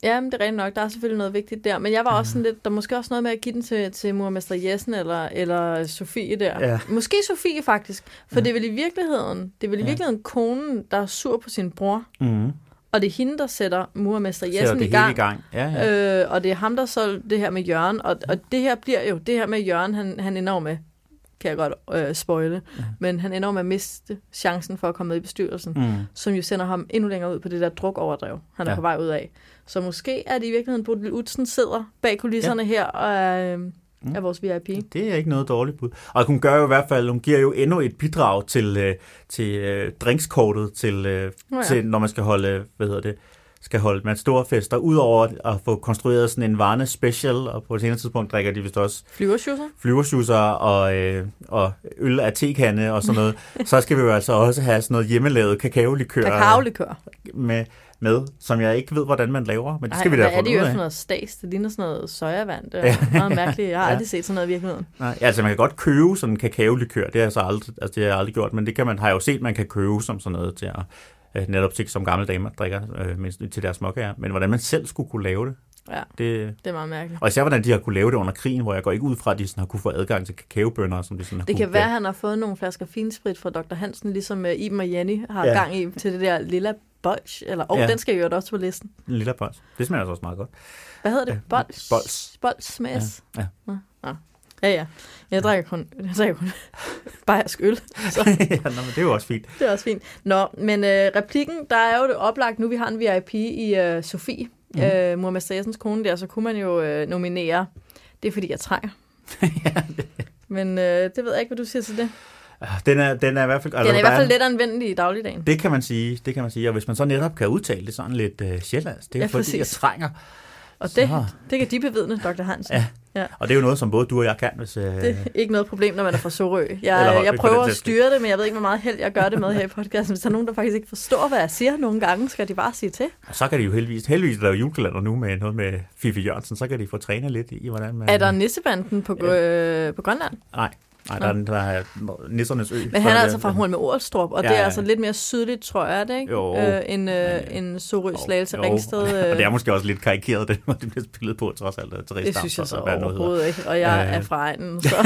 Ja, men det er rent nok. Der er selvfølgelig noget vigtigt der. Men jeg var også sådan lidt... Der er måske også noget med at give den til, til Murmester Jessen eller, eller Sofie der. Ja. Måske Sofie faktisk. For ja. det er vel i virkeligheden... Det er vel i virkeligheden ja. konen, der er sur på sin bror. Mm. Og det er hende, der sætter Murmester Jessen i gang. i gang. Ja, ja. Øh, og det er ham, der så det her med Jørgen. Og, og det her bliver jo... Det her med Jørgen, han, han ender med... Kan jeg godt øh, spoile. Ja. Men han ender med at miste chancen for at komme med i bestyrelsen. Mm. Som jo sender ham endnu længere ud på det der drukoverdrev, han er ja. på vej ud af. Så måske er det i virkeligheden, Bodil Udsen sidder bag kulisserne ja. her og er, øh, er vores V I P. Det er ikke noget dårligt bud. Og hun gør jo i hvert fald, hun giver jo endnu et bidrag til, øh, til øh, drinkskortet, til, øh, oh, ja. til, når man skal holde, hvad hedder det, skal holde Matador-fester, udover at få konstrueret sådan en Varne special, og på et senere tidspunkt drikker de vist også flyverschusser, flyverschusser og, øh, og øl af tekande og sådan noget. Så skal vi jo altså også have sådan noget hjemmelavet kakaolikør. Kakaolikør. Med, med, som jeg ikke ved, hvordan man laver, men det skal Ej, vi da få ud af. Hvad er det jo for noget stas? Det ligner sådan noget sojavand. Det er meget mærkeligt. Jeg har aldrig set sådan noget i virkeligheden. Nej, altså man kan godt købe sådan en kakaolikør. Det har jeg så aldrig, altså, det har jeg aldrig gjort, men det kan man, har jeg jo set, man kan købe som sådan noget til at netop til, som gamle damer drikker øh, til deres småkager. Men hvordan man selv skulle kunne lave det, ja, det, det er meget mærkeligt. Og især hvordan de har kunne lave det under krigen, hvor jeg går ikke ud fra, at de sådan har kunne få adgang til kakaobønner. Som de sådan har det kunne kan være, at han har fået nogle flasker finsprit fra doktor Hansen, ligesom uh, Iben og Jenny har ja. gang i til det der lilla bolch. Eller, oh, ja. den skal jo også på listen. Lilla bolch. Det smager altså også meget godt. Hvad hedder det? Bolch? Bolch. Bolch smags. Ja. Ja. Ja. Ja, ja. Jeg drikker kun, jeg drikker kun bayersk øl. Så. ja, nå, men det er jo også fint. Det er også fint. Nå, men øh, replikken, der er jo det oplagt, nu vi har en V I P i øh, Sofie, mm. øh, Murmester Jessens kone der, så kunne man jo øh, nominere. Det er fordi, jeg trænger. ja, det. Men øh, det ved jeg ikke, hvad du siger til det. Den er, den er i hvert fald... Altså, den er i hvert fald lidt anvendelig i dagligdagen. Det kan man sige, det kan man sige. Og hvis man så netop kan udtale det sådan lidt øh, sjællands, det er ja, fordi, præcis. jeg trænger. Og det, det kan de bevidne, doktor Hansen. Ja. ja, og det er jo noget, som både du og jeg kan. Hvis, øh... Det er ikke noget problem, når man er fra Sorø. Jeg, jeg prøver at styre det, men jeg ved ikke, hvor meget held jeg gør det med her i podcasten. Hvis der er nogen, der faktisk ikke forstår, hvad jeg siger nogle gange, skal de bare sige til. Og så kan de jo heldigvis, heldigvis der er jo julekalender nu med noget med Fifi Jørgensen, så kan de få trænet lidt i, hvordan man... Er der nissebanden på, ja. øh, på Grønland? Nej. Nej, der er, der er Nissernes Ø. Men han er altså fra Holme Ålstrup, og ja, det er altså lidt mere sydligt, tror jeg, det, ikke? Jo. Øh, en, øh, en Sorø, Slagelse, Ringsted. Øh. Og det er måske også lidt karikeret, det, det bliver spillet på, trods alt. Det, det synes jeg så overhovedet ikke, og jeg øh. er fra egnen, så...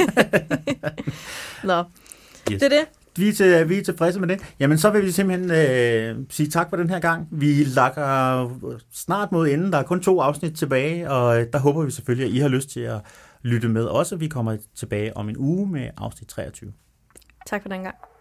Nå, yes. Det er det. Vi er, til, vi er tilfredse med det. Jamen, så vil vi simpelthen øh, sige tak for den her gang. Vi lakker snart mod enden. Der er kun to afsnit tilbage, og der håber vi selvfølgelig, at I har lyst til at lytte med også. Vi kommer tilbage om en uge med afsnit treogtyve. Tak for den gang.